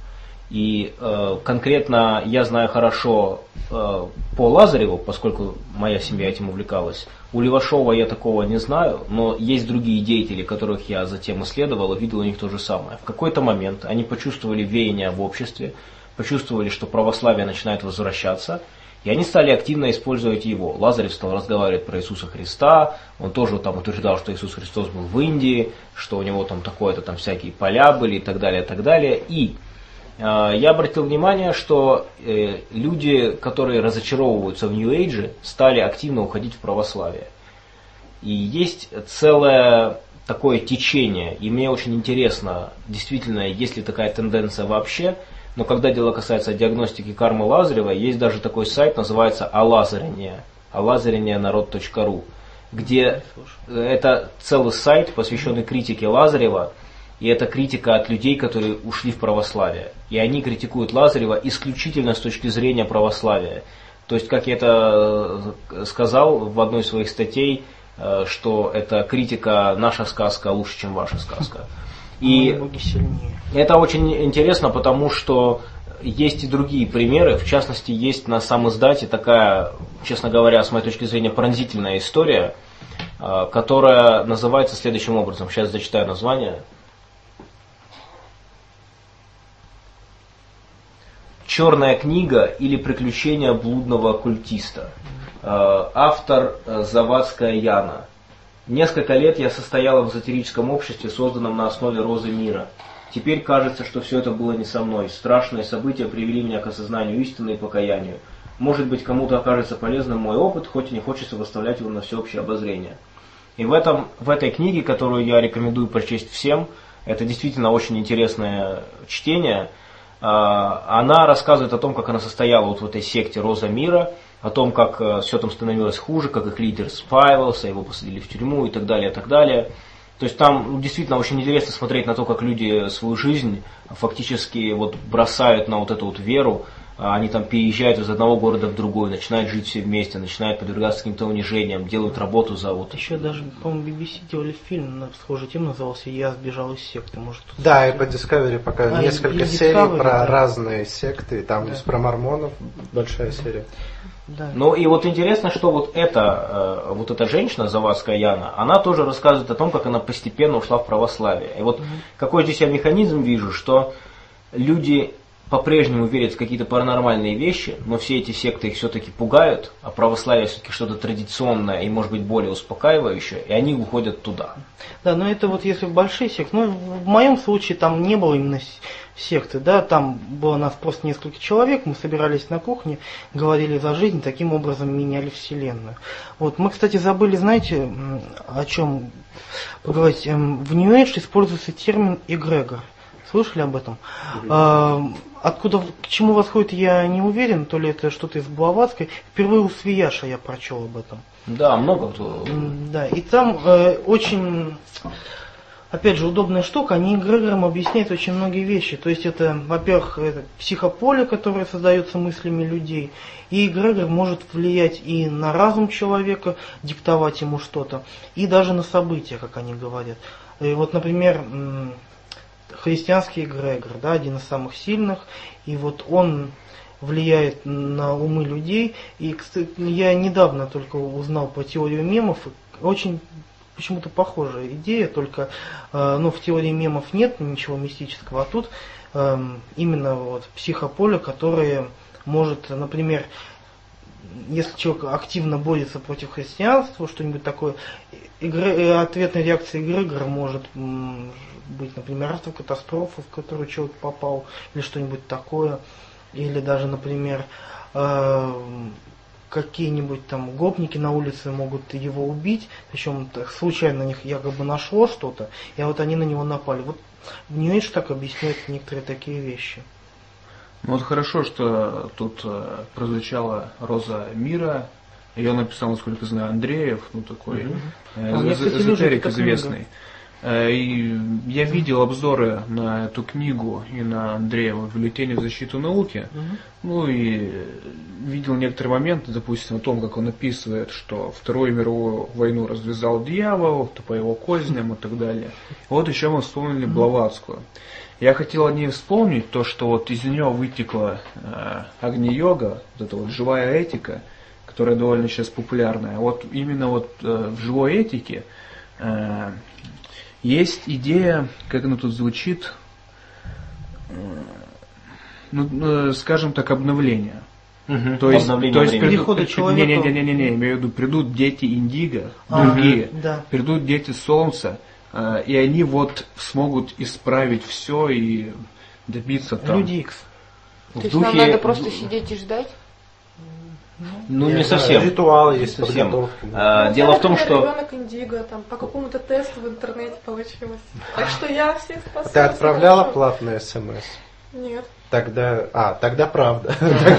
И э, конкретно я знаю хорошо э, по Лазареву, поскольку моя семья этим увлекалась. У Левашова я такого не знаю, но есть другие деятели, которых я затем исследовал, и видел у них то же самое. В какой-то момент они почувствовали веяние в обществе, почувствовали, что православие начинает возвращаться, и они стали активно использовать его. Лазарев стал разговаривать про Иисуса Христа, он тоже там утверждал, что Иисус Христос был в Индии, что у него там такое-то там всякие поля были и так далее, и так далее. И э, я обратил внимание, что э, люди, которые разочаровываются в New Age, стали активно уходить в православие. И есть целое такое течение, и мне очень интересно, действительно, есть ли такая тенденция вообще. Но когда дело касается диагностики кармы Лазарева, есть даже такой сайт, называется Алазарение, алазарение народ точка ру, где это целый сайт, посвященный критике Лазарева, И это критика от людей, которые ушли в православие. И они критикуют Лазарева исключительно с точки зрения православия. То есть, как я это сказал в одной из своих статей, что это критика «наша сказка лучше, чем ваша сказка». И это очень интересно, потому что есть и другие примеры. В частности, есть на сам-издате такая, честно говоря, с моей точки зрения, пронзительная история, которая называется следующим образом. Сейчас зачитаю название. «Черная книга или приключения блудного оккультиста». Автор Завадская Яна. Несколько лет я состояла в эзотерическом обществе, созданном на основе розы мира. Теперь кажется, что все это было не со мной. Страшные события привели меня к осознанию истины и покаянию. Может быть, кому-то окажется полезным мой опыт, хоть и не хочется выставлять его на всеобщее обозрение. И в, этом, в этой книге, которую я рекомендую прочесть всем, это действительно очень интересное чтение, она рассказывает о том, как она состояла вот в этой секте «Роза мира», о том, как э, все там становилось хуже, как их лидер спаивался, его посадили в тюрьму и так далее, и так далее. То есть там ну, действительно очень интересно смотреть на то, как люди свою жизнь фактически вот бросают на вот эту вот веру. Они там переезжают из одного города в другой, начинают жить все вместе, начинают подвергаться каким-то унижениям, делают работу за вот... Еще даже, по-моему, би би си делали фильм на схожую тему, назывался «Я сбежал из секты». Может, да, и по Discovery пока а, несколько серий Discovery, про да. разные секты, там да. есть про мормонов большая серия. Да. Ну и вот интересно, что вот эта, вот эта женщина, Завадская Яна, она тоже рассказывает о том, как она постепенно ушла в православие. И вот угу. какой здесь я механизм вижу, что люди по-прежнему верят в какие-то паранормальные вещи, но все эти секты их все-таки пугают, а православие все-таки что-то традиционное и, может быть, более успокаивающее, и они уходят туда. Да, но это вот если в большие секты, ну, в моем случае там не было именно секты, да, там было нас просто несколько человек, мы собирались на кухне, говорили за жизнь, таким образом меняли вселенную. Вот, мы, кстати, забыли, знаете, о чем поговорить. В New Age используется термин эгрегор. Слышали об этом? Mm-hmm. Откуда, к чему восходит, я не уверен, то ли это что-то из Блаватской. Впервые у Свияша я прочел об этом. Да, много кто. Да, и там э, очень, опять же, удобная штука, они эгрегорам объясняют очень многие вещи. То есть это, во-первых, это психополе, которое создается мыслями людей, и эгрегор может влиять и на разум человека, диктовать ему что-то, и даже на события, как они говорят. И вот, например, христианский эгрегор, да, один из самых сильных, и вот он влияет на умы людей. И, кстати, я недавно только узнал по теорию мемов, очень почему-то похожая идея, только э, ну, в теории мемов нет ничего мистического, а тут э, именно вот психополе, которое может, например, если человек активно борется против христианства, что-нибудь такое, игры, ответной реакцией эгрегора может м, быть, например, автокатастрофа, в которую человек попал, или что-нибудь такое, или даже, например, э, какие-нибудь там гопники на улице могут его убить, причем случайно на них якобы нашло что-то, и вот они на него напали. Вот в New Age так объясняют некоторые такие вещи. Ну вот хорошо, что тут э, прозвучала «Роза мира». Ее написал, насколько знаю, Андреев, ну такой mm-hmm. э, а эз- эзотерик известный. Э, и я видел обзоры на эту книгу и на Андреева «Бюллетени в защиту науки». Mm-hmm. Ну и видел некоторые моменты, допустим, о том, как он описывает, что Вторую мировую войну развязал дьявол, то по его козням и так далее. Вот еще мы вспомнили mm-hmm. Блаватскую. Я хотел о ней вспомнить то, что вот из нее вытекла э, Агни-йога, вот эта вот живая этика, которая довольно сейчас популярная. Вот именно вот э, в живой этике э, есть идея, как она тут звучит, э, ну, э, скажем так, обновления. Угу. То есть, то есть придут, не, не, не, не, не, не, имею в виду, придут дети индиго, а, другие, да. придут дети солнца, и они вот смогут исправить все и добиться там. Люди Икс. То есть нам надо просто сидеть и ждать? Ну, не совсем. Ритуалы есть совсем. А, дело в том, что... Ребенок индиго, там, по какому-то тесту в интернете получилось. Так что я всех спасаю. Ты отправляла платные смс? Нет. Тогда... А, тогда правда.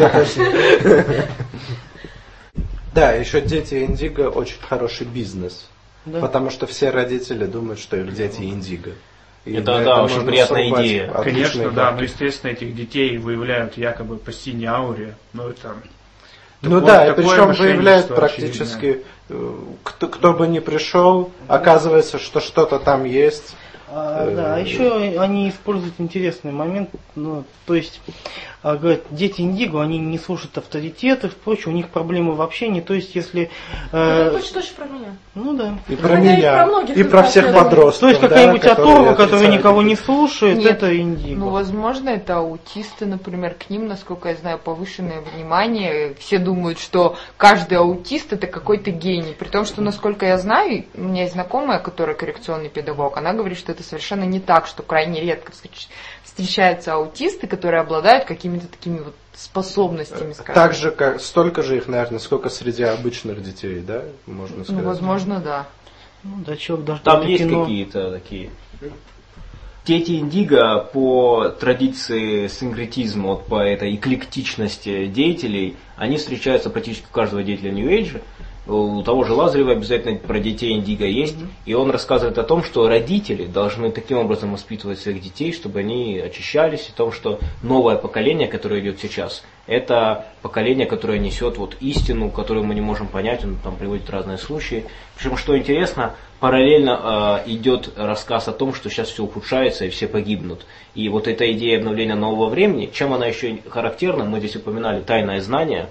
Да, еще дети индиго очень хороший бизнес. Да. Потому что все родители думают, что их дети индиго. И это, на да, этом очень можно приятная срубать идея. отличные Конечно, да, бабки. но, естественно, этих детей выявляют якобы по синей ауре. Ну, это... Ну такое- да, и такое причем выявляют мошенничество практически, э, кто, кто бы ни пришел, оказывается, что что-то там есть. А, да, а еще они используют интересный момент, ну, то есть, а, говорят, дети Индиго, они не слушают авторитетов, прочее, у них проблемы в общении, то есть, если... э, Это точно про меня. ну да. И про Хотя и меня, про многих и про всех исследователей. подростков. То есть, да, какая-нибудь которые оторва, которая отрицают. никого не слушает, Нет, это Индиго. Ну, возможно, это аутисты, например, к ним, насколько я знаю, повышенное внимание. Все думают, что каждый аутист это какой-то гений. При том, что, насколько я знаю, у меня есть знакомая, которая коррекционный педагог, она говорит, что это совершенно не так, что крайне редко встреч- встречаются аутисты, которые обладают какими-то такими вот способностями, скажем. Так же, как столько же их, наверное, сколько среди обычных детей, да, можно сказать. Ну, возможно, да. Ну да, человек даже Там только есть кино. какие-то такие. Дети Индиго по традиции синкретизма, вот по этой эклектичности деятелей, они встречаются практически у каждого деятеля New Age. У того же Лазарева обязательно про детей Индиго есть. Mm-hmm. И он рассказывает о том, что родители должны таким образом воспитывать своих детей, чтобы они очищались, и о том, что новое поколение, которое идет сейчас, это поколение, которое несет вот истину, которую мы не можем понять. Он там приводит разные случаи. Причем, что интересно, параллельно э, идет рассказ о том, что сейчас все ухудшается и все погибнут. И вот эта идея обновления нового времени, чем она еще характерна, мы здесь упоминали тайное знание.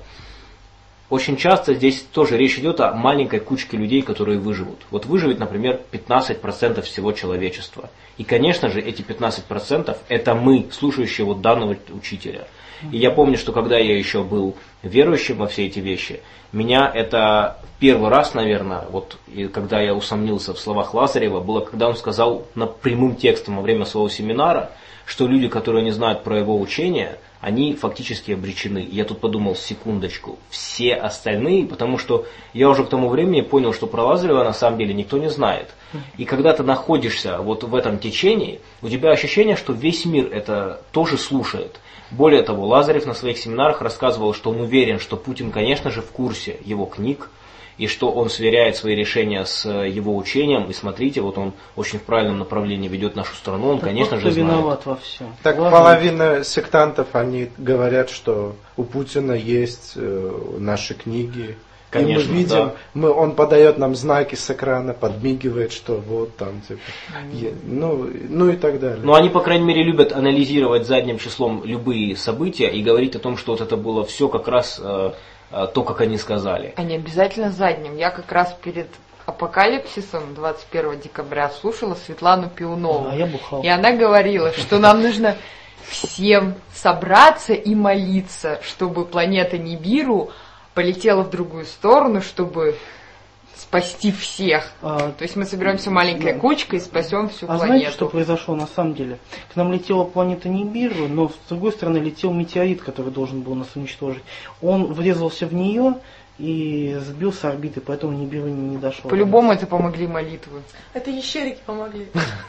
Очень часто здесь тоже речь идет о маленькой кучке людей, которые выживут. Вот выживет, например, пятнадцать процентов всего человечества. И, конечно же, эти пятнадцать процентов это мы, слушающие вот данного учителя. И я помню, что когда я еще был верующим во все эти вещи, меня это первый раз, наверное, вот и когда я усомнился в словах Лазарева, было, когда он сказал на прямым текстом во время своего семинара, что люди, которые не знают про его учение, они фактически обречены. Я тут подумал, секундочку, все остальные, потому что я уже к тому времени понял, что про Лазарева на самом деле никто не знает. И когда ты находишься вот в этом течении, у тебя ощущение, что весь мир это тоже слушает. Более того, Лазарев на своих семинарах рассказывал, что он уверен, что Путин, конечно же, в курсе его книг, и что он сверяет свои решения с его учением, и смотрите, вот он очень в правильном направлении ведет нашу страну, он, Так конечно вот же, кто знает. виноват во всем. Так Ладно. половина сектантов, они говорят, что у Путина есть э, наши книги. Конечно, и мы видим, да. мы, он подает нам знаки с экрана, подмигивает, что вот там, типа, е- ну, ну и так далее. Но они, по крайней мере, любят анализировать задним числом любые события и говорить о том, что вот это было все как раз э, э, то, как они сказали. А не обязательно задним. Я как раз перед апокалипсисом двадцать первого декабря слушала Светлану Пиунову. А я бухал. И она говорила, что нам нужно всем собраться и молиться, чтобы планета Нибиру полетела в другую сторону, чтобы спасти всех. А, То есть мы соберемся маленькой да. кучкой и спасем всю А планету. знаете, что произошло на самом деле? К нам летела планета Нибиру, но с другой стороны летел метеорит, который должен был нас уничтожить. Он врезался в нее и сбил с орбиты, поэтому Нибиру не, не дошел. По-любому это помогли молитвы. Это ящерики помогли.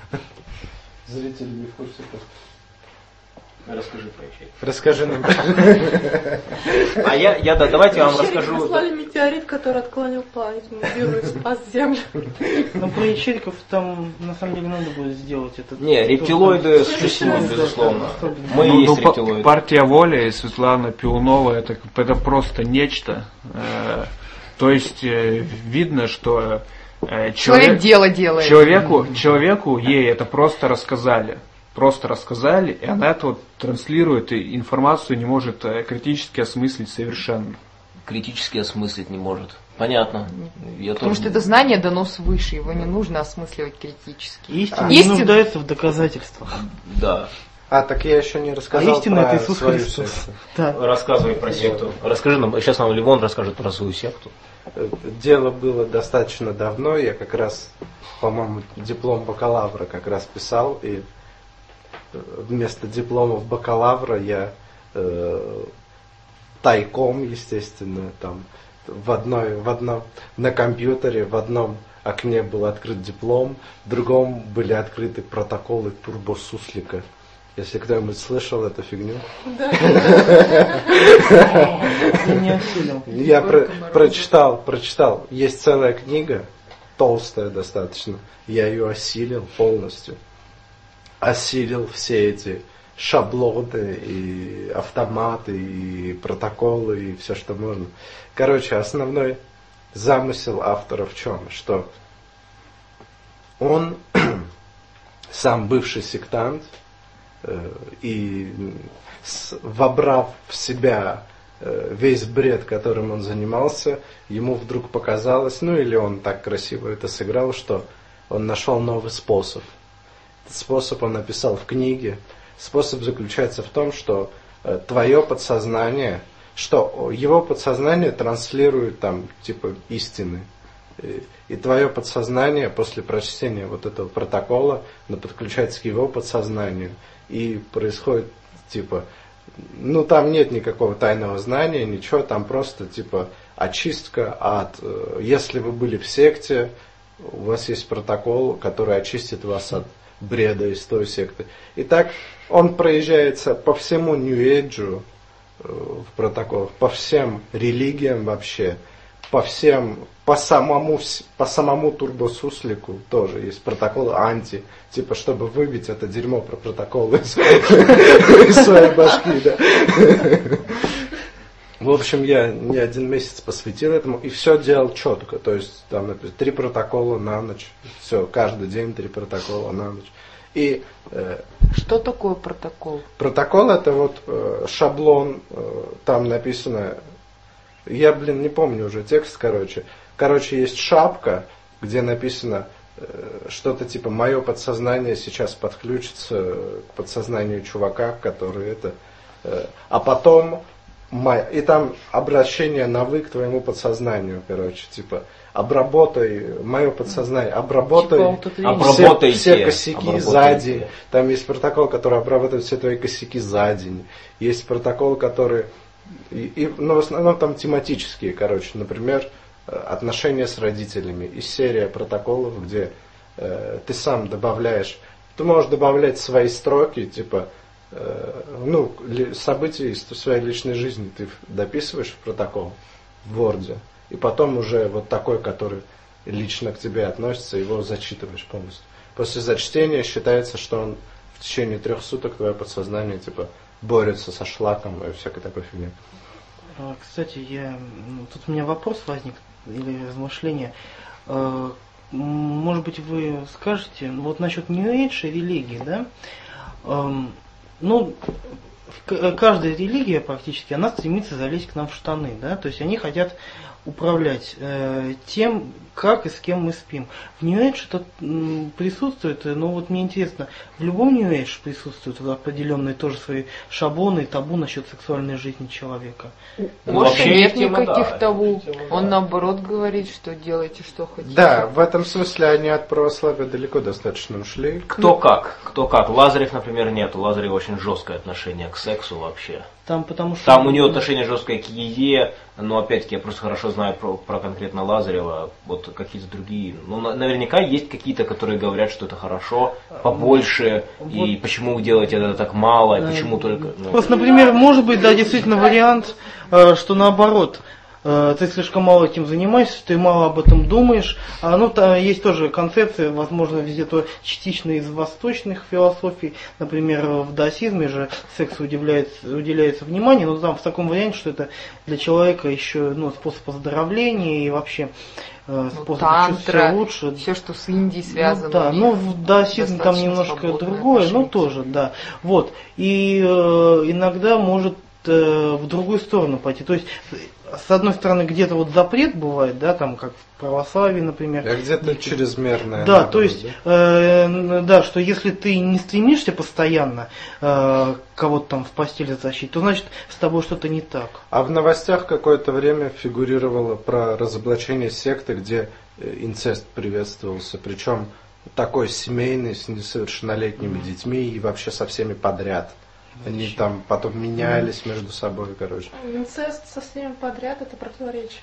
Зрители не в курсе. Расскажи про ящерик. Расскажи нам. А я, я да, давайте я вам Ящерики расскажу. послали метеорит, который отклонил планету Нибиру и спас Землю. Но про ящериков там на самом деле надо будет сделать это. Не, рептилоиды Тоже- существуют, Да, безусловно. да, да. Мы Ну, и есть ну, па- рептилоиды. партия воли и Светлана Пиунова это, это просто нечто. Э, то есть э, видно, что э, Человек человек, дело делает. человеку, человеку ей это просто рассказали. Просто рассказали, и она это вот транслирует, и информацию не может э, критически осмыслить совершенно. Критически осмыслить не может. Понятно. Я Потому тоже- что это знание дано свыше, его не нужно осмысливать критически. Истина Истина- не нуждается в доказательствах. Да. А, так я еще не А рассказал истина про это Иисус свою Христос. секту. Да. Рассказывай про секту. Расскажи нам, сейчас нам Ливон расскажет про свою секту. Дело было достаточно давно, я как раз, по-моему, диплом бакалавра как раз писал, и вместо дипломов бакалавра я э, тайком, естественно, там в одной, в одном, на компьютере в одном окне был открыт диплом, в другом были открыты протоколы турбосуслика. Если кто-нибудь слышал эту фигню. Я не осилил. Я про- прочитал, прочитал. Есть целая книга, толстая достаточно. Я ее осилил полностью. осилил все эти шаблоны и автоматы и протоколы и все, что можно. Короче, основной замысел автора в чем? Что он сам бывший сектант э, и с, вобрав в себя э, весь бред, которым он занимался, ему вдруг показалось, ну или он так красиво это сыграл, что он нашел новый способ. Этот способ он написал в книге. Способ заключается в том, что э, твое подсознание, что его подсознание транслирует там типа истины. И, и твое подсознание после прочтения вот этого протокола, оно подключается к его подсознанию. И происходит типа, ну там нет никакого тайного знания, ничего, там просто типа очистка от, э, если вы были в секте, у вас есть протокол, который очистит вас от бреда из той секты. Итак, он проезжается по всему Нью-Эйджу в протоколах, по всем религиям вообще, по всем, по самому, по самому турбосуслику тоже есть протоколы анти, типа, чтобы выбить это дерьмо про протоколы из своей башки, да. В общем, я не один месяц посвятил этому и все делал четко. То есть там написано три протокола на ночь. Все, каждый день три протокола на ночь. И, э, что такое протокол? Протокол это вот э, шаблон, э, там написано, я, блин, не помню уже текст, короче. Короче, есть шапка, где написано э, что-то типа «Мое подсознание сейчас подключится к подсознанию чувака, который это...» э, А потом... И там обращение на «вы» к твоему подсознанию, короче, типа обработай мое подсознание, обработай все, все косяки за день. Там есть протокол, который обрабатывает все твои косяки за день. Есть протокол, который, и, и, ну, в основном там тематические, короче, например, отношения с родителями. И серия протоколов, где э, ты сам добавляешь, ты можешь добавлять свои строки, типа, ну, события из своей личной жизни ты дописываешь в протокол в Word, и потом уже вот такой, который лично к тебе относится, его зачитываешь полностью. После зачтения считается, что он в течение трех суток твое подсознание типа борется со шлаком и всякой такой фигней. Кстати, я тут у меня вопрос возник или размышление. Может быть, вы скажете, вот насчет New Age и религии, да? Ну, каждая религия практически, она стремится залезть к нам в штаны, да, то есть они хотят управлять э, тем, как и с кем мы спим. В New Age это м, присутствует, но вот мне интересно, в любом New Age присутствуют определенные тоже свои шаблоны и табу насчет сексуальной жизни человека. Ну, вообще нет никаких да, табу. Он наоборот говорит, что делайте, что хотите. Да, в этом смысле они от православия далеко достаточно ушли. Кто как, кто как. Лазарев, например, нет. У Лазарева очень жесткое отношение к сексу вообще. Там, потому что... Там у него отношение жесткое к еде, но опять-таки я просто хорошо знаю про, про конкретно Лазарева, вот какие-то другие. Ну, наверняка есть какие-то, которые говорят, что это хорошо, побольше, вот. И почему вы делаете это так мало, и почему только... Ну. Просто, например, может быть, да, действительно вариант, что наоборот, ты слишком мало этим занимаешься, ты мало об этом думаешь. А, ну, там есть тоже концепция, возможно, везде то частично из восточных философий. Например, в даосизме же сексу уделяется, уделяется внимание, но там в таком варианте, что это для человека еще ну, способ оздоровления и вообще э, способ ну, тантра, чувствовать себя лучше. Все, что с Индией связано. Ну, да, ну в даосизме там немножко другое, но тоже, да. Вот. И э, иногда может э, в другую сторону пойти. То есть с одной стороны, где-то вот запрет бывает, да, там, как в православии, например. А где-то чрезмерное. Да, то есть, да? Э, да, что если ты не стремишься постоянно э, кого-то там в постели затащить, то значит с тобой что-то не так. А в новостях какое-то время фигурировало про разоблачение секты, где инцест приветствовался, причем такой семейный, с несовершеннолетними mm-hmm. детьми и вообще со всеми подряд. Они там потом менялись между собой, короче. Инцест со всеми подряд это противоречие.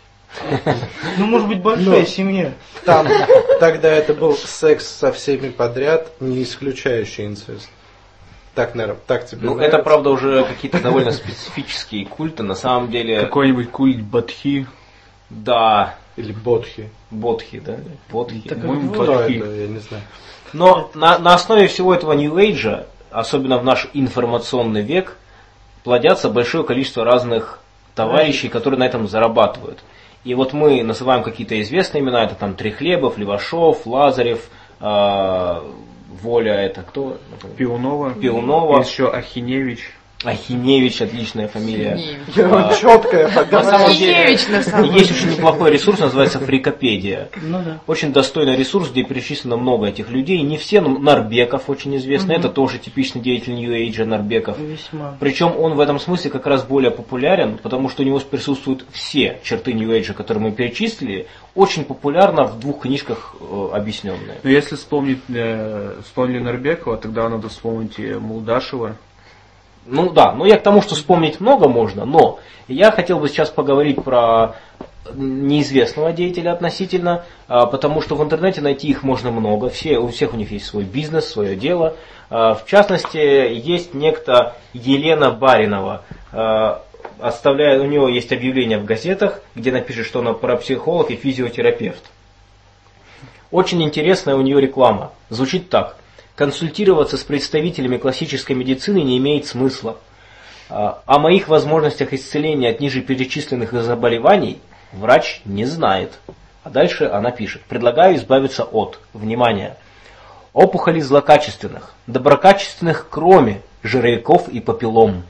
Ну, может быть, большая семья. Там тогда это был секс со всеми подряд, не исключающий инцест. Так, наверное, так тебе Ну, нравится? Это, правда, уже какие-то довольно специфические культы. На самом деле... Какой-нибудь культ Бодхи. Да. Или Бодхи. Бодхи, да? Бодхи. Так, Бодхи. Это, я не знаю. Но на, на основе всего этого New Age, особенно в наш информационный век, плодятся большое количество разных товарищей, которые на этом зарабатывают. И вот мы называем какие-то известные имена, это там Трехлебов, Левашов, Лазарев, э, Воля, это кто? Пиунова. Пиунова. Есть еще Ахиневич. Ахиневич, отличная фамилия. А, четкая На самом деле, Ахиневич, на самом есть очень неплохой ресурс, называется Фрикопедия. Ну да. Очень достойный ресурс, где перечислено много этих людей. Не все, но Нарбеков очень известный. Мгм. Это тоже типичный деятель New Age, Нарбеков. Весьма. Причем он в этом смысле как раз более популярен, потому что у него присутствуют все черты New Age, которые мы перечислили, очень популярно в двух книжках э, объясненные. Но если вспомнить, э, вспомнили Нарбекова, тогда надо вспомнить и Мулдашева. Ну да, ну я к тому, что вспомнить много можно, но я хотел бы сейчас поговорить про неизвестного деятеля относительно, а, потому что в интернете найти их можно много, все, у всех у них есть свой бизнес, свое дело. А, в частности, есть некто Елена Баринова. А, оставляет, у него есть объявление в газетах, где напишет, что она парапсихолог и физиотерапевт. Очень интересная у нее реклама. Звучит так. Консультироваться с представителями классической медицины не имеет смысла. О моих возможностях исцеления от ниже перечисленных заболеваний врач не знает. А дальше она пишет. Предлагаю избавиться от, внимание, опухолей злокачественных, доброкачественных, кроме жировиков и папиллом.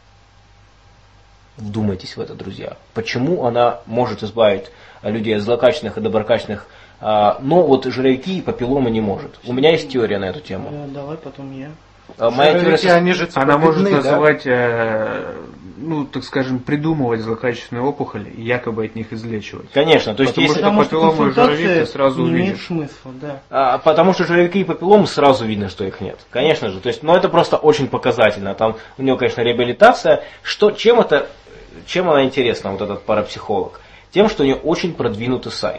Вдумайтесь в это, друзья. Почему она может избавить людей от злокачественных и доброкачественных, но вот жировики и папилломы не может? У меня есть теория на эту тему. Э, Давай, потом я. Моя теория Жировики, они же типа Она может видны, да? называть, э, ну, так скажем, придумывать злокачественные опухоли и якобы от них излечивать. Конечно, то есть Потому если... что Потому что папилломы и консультация жировик ты сразу не имеет увидишь. смысла, да. А, потому что жировики и папилломы сразу видно, что их нет. Конечно же. То есть, но это просто очень показательно. Там у него, конечно, реабилитация. Что, чем, это, чем она интересна, вот этот парапсихолог? Тем, что у нее очень продвинутый сайт.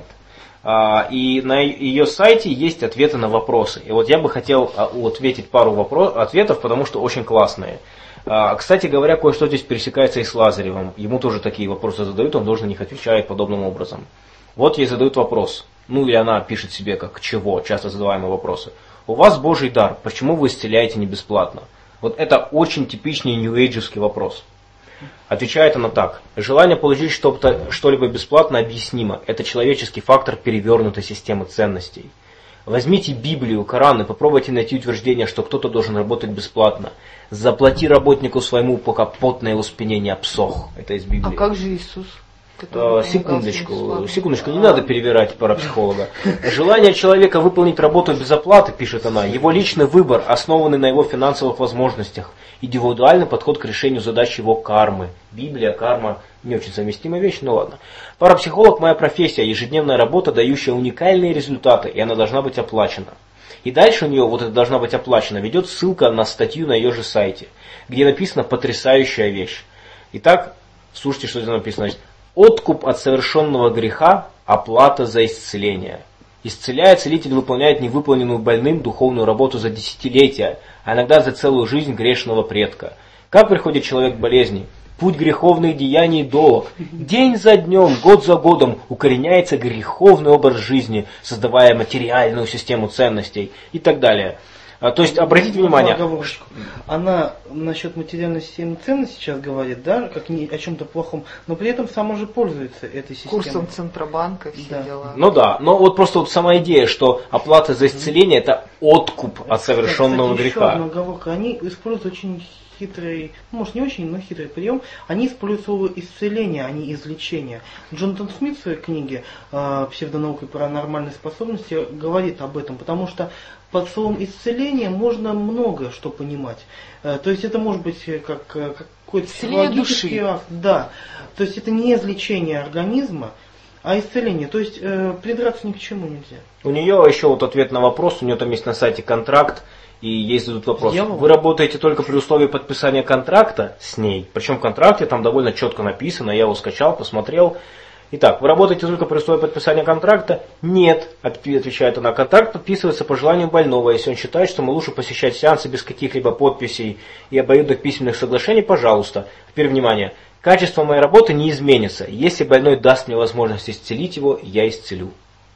А, и на ее сайте есть ответы на вопросы. И вот я бы хотел а, ответить пару вопрос, ответов, потому что очень классные. А, кстати говоря, кое-что здесь пересекается и с Лазаревым. Ему тоже такие вопросы задают, он должен на них отвечать подобным образом. Вот ей задают вопрос. Ну или она пишет себе как чего, часто задаваемые вопросы. У вас Божий дар, почему вы исцеляете не бесплатно? Вот это очень типичный нью-эйджевский вопрос. Отвечает она так. Желание получить что-то, что-либо бесплатно объяснимо. Это человеческий фактор перевернутой системы ценностей. Возьмите Библию, Коран и попробуйте найти утверждение, что кто-то должен работать бесплатно. Заплати работнику своему, пока потное его спине не обсох. Это из Библии. А как же Иисус? Э, который Секундочку, помогал секундочку, не надо перевирать парапсихолога. Желание человека выполнить работу без оплаты, пишет она, его личный выбор, основанный на его финансовых возможностях, индивидуальный подход к решению задач его кармы. Библия, карма, не очень совместимая вещь, но ладно. Парапсихолог – моя профессия, ежедневная работа, дающая уникальные результаты, и она должна быть оплачена. И дальше у нее, вот это должна быть оплачена, ведет ссылка на статью на ее же сайте, где написана потрясающая вещь. Итак, слушайте, что здесь написано. Откуп от совершенного греха, оплата за исцеление. Исцеляя, целитель выполняет невыполненную больным духовную работу за десятилетия, а иногда за целую жизнь грешного предка. Как приходит человек к болезни? Путь греховных деяний долг. День за днем, год за годом укореняется греховный образ жизни, создавая материальную систему ценностей и так далее. А, то есть, обратите внимание. Оговорочку. Она насчет материальной системы ценностей сейчас говорит, да, как не о чем-то плохом, но при этом сама же пользуется этой системой. Курсом Центробанка, все Да. дела. Ну да, но вот просто вот сама идея, что оплата за исцеление – это откуп от совершенного Кстати, греха. Еще одна оговорка. Они используют очень хитрый, ну, может не очень, но хитрый прием. Они используют слово исцеление, а не излечение. Джонатан Смит в своей книге э, «Псевдонаука и паранормальные способности» говорит об этом, потому что под словом исцеление можно много что понимать. Э, то есть это может быть как, как какой-то Исцеление психологический души. акт. Да. То есть это не излечение организма, а исцеление. То есть э, придраться ни к чему нельзя. У нее еще вот ответ на вопрос, у нее там есть на сайте контракт, и ей задают вопрос. Дьявол? Вы работаете только при условии подписания контракта с ней, причем в контракте там довольно четко написано, я его скачал, посмотрел. Итак, вы работаете только при условии подписания контракта? Нет, отвечает она. Контракт подписывается по желанию больного. Если он считает, что ему лучше посещать сеансы без каких-либо подписей и обоюдных письменных соглашений, пожалуйста. Теперь внимание. Качество моей работы не изменится. Если больной даст мне возможность исцелить его, я исцелю.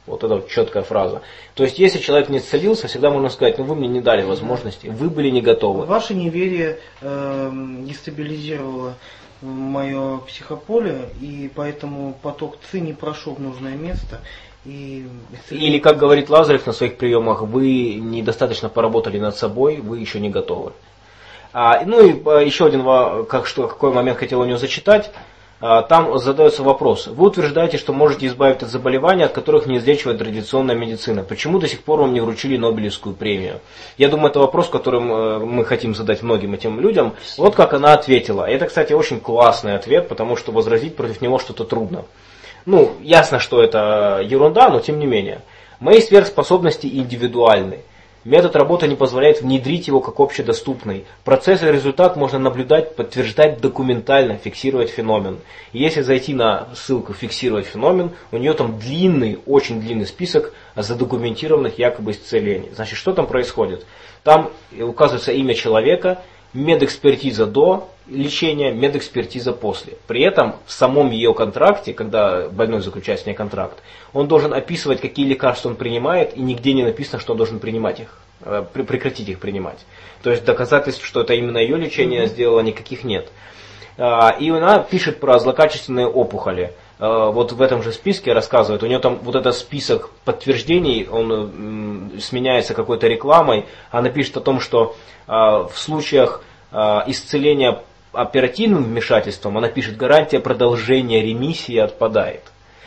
Вот это вот четкая фраза. То есть, если человек не исцелился, всегда можно сказать, ну вы мне не дали возможности, вы были не готовы. Ваше неверие э, дестабилизировало мое психополе, и поэтому поток ЦИ не прошел в нужное место. И... Или, как говорит Лазарев на своих приемах, вы недостаточно поработали над собой, вы еще не готовы. А, ну и а, еще один, как, что, какой момент хотел у него зачитать. Там задается вопрос. Вы утверждаете, что можете избавить от заболеваний, от которых не излечивает традиционная медицина. Почему до сих пор вам не вручили Нобелевскую премию? Я думаю, это вопрос, который мы хотим задать многим этим людям. Вот как она ответила. Это, кстати, очень классный ответ, потому что возразить против него что-то трудно. Ну, ясно, что это ерунда, но тем не менее. Мои сверхспособности индивидуальны. Метод работы не позволяет внедрить его как общедоступный. Процесс и результат можно наблюдать, подтверждать документально, фиксировать феномен. И если зайти на ссылку «Фиксировать феномен», у нее там длинный, очень длинный список задокументированных якобы исцелений. Значит, что там происходит? Там указывается имя человека, медэкспертиза до лечения, медэкспертиза после. При этом в самом ее контракте, когда больной заключает с ней контракт, он должен описывать, какие лекарства он принимает, и нигде не написано, что он должен принимать их, прекратить их принимать. То есть доказательств, что это именно ее лечение сделало, никаких нет. И она пишет про злокачественные опухоли. Вот в этом же списке рассказывает, у нее там вот этот список подтверждений, он сменяется какой-то рекламой. Она пишет о том, что в случаях исцеления оперативным вмешательством, она пишет, гарантия продолжения ремиссии отпадает.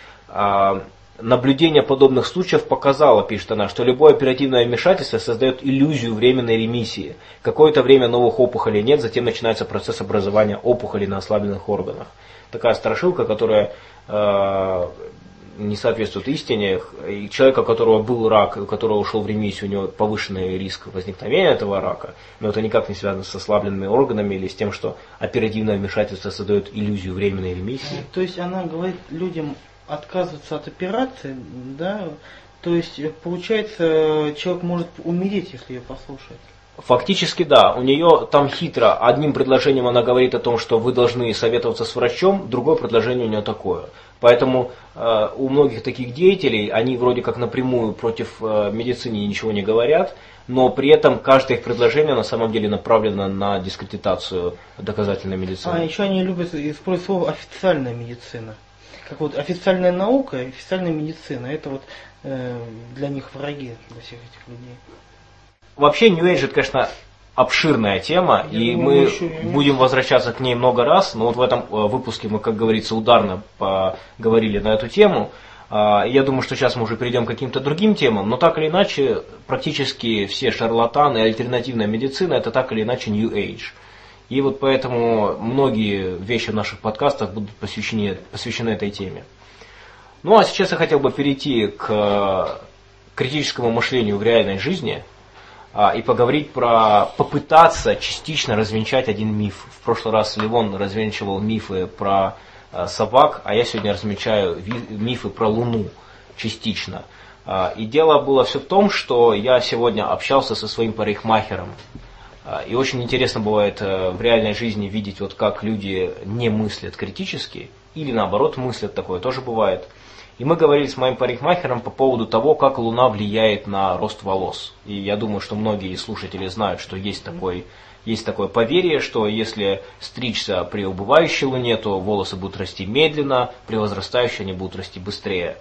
Наблюдение подобных случаев показало, пишет она, что любое оперативное вмешательство создает иллюзию временной ремиссии. Какое-то время новых опухолей нет, затем начинается процесс образования опухолей на ослабленных органах. Такая страшилка, которая э, не соответствует истине. И человека, у которого был рак, у которого ушел в ремиссию, у него повышенный риск возникновения этого рака, но это никак не связано с ослабленными органами или с тем, что оперативное вмешательство создает иллюзию временной ремиссии. То есть она говорит людям отказываться от операции, да, то есть получается человек может умереть, если ее послушать. Фактически да, у нее там хитро, одним предложением она говорит о том, что вы должны советоваться с врачом, другое предложение у нее такое. Поэтому э, у многих таких деятелей, они вроде как напрямую против э, медицины ничего не говорят, но при этом каждое их предложение на самом деле направлено на дискредитацию доказательной медицины. А еще они любят использовать слово официальная медицина. Как вот официальная наука и официальная медицина, это вот э, для них враги, для всех этих людей. Вообще New Age это, конечно, обширная тема, Я и думаю, мы будем возвращаться к ней много раз, но вот в этом выпуске мы, как говорится, ударно поговорили на эту тему. Я думаю, что сейчас мы уже перейдем к каким-то другим темам, но так или иначе, практически все шарлатаны и альтернативная медицина это так или иначе New Age. И вот поэтому многие вещи в наших подкастах будут посвящены, посвящены этой теме. Ну а сейчас я хотел бы перейти к критическому мышлению в реальной жизни и поговорить про попытаться частично развенчать один миф. В прошлый раз Левон развенчивал мифы про собак, а я сегодня развенчаю мифы про Луну частично. И дело было все в том, что я сегодня общался со своим парикмахером. И очень интересно бывает в реальной жизни видеть, вот как люди не мыслят критически, или наоборот мыслят, такое тоже бывает. И мы говорили с моим парикмахером по поводу того, как Луна влияет на рост волос. И я думаю, что многие слушатели знают, что есть, такой, есть такое поверье, что если стричься при убывающей Луне, то волосы будут расти медленно, при возрастающей они будут расти быстрее.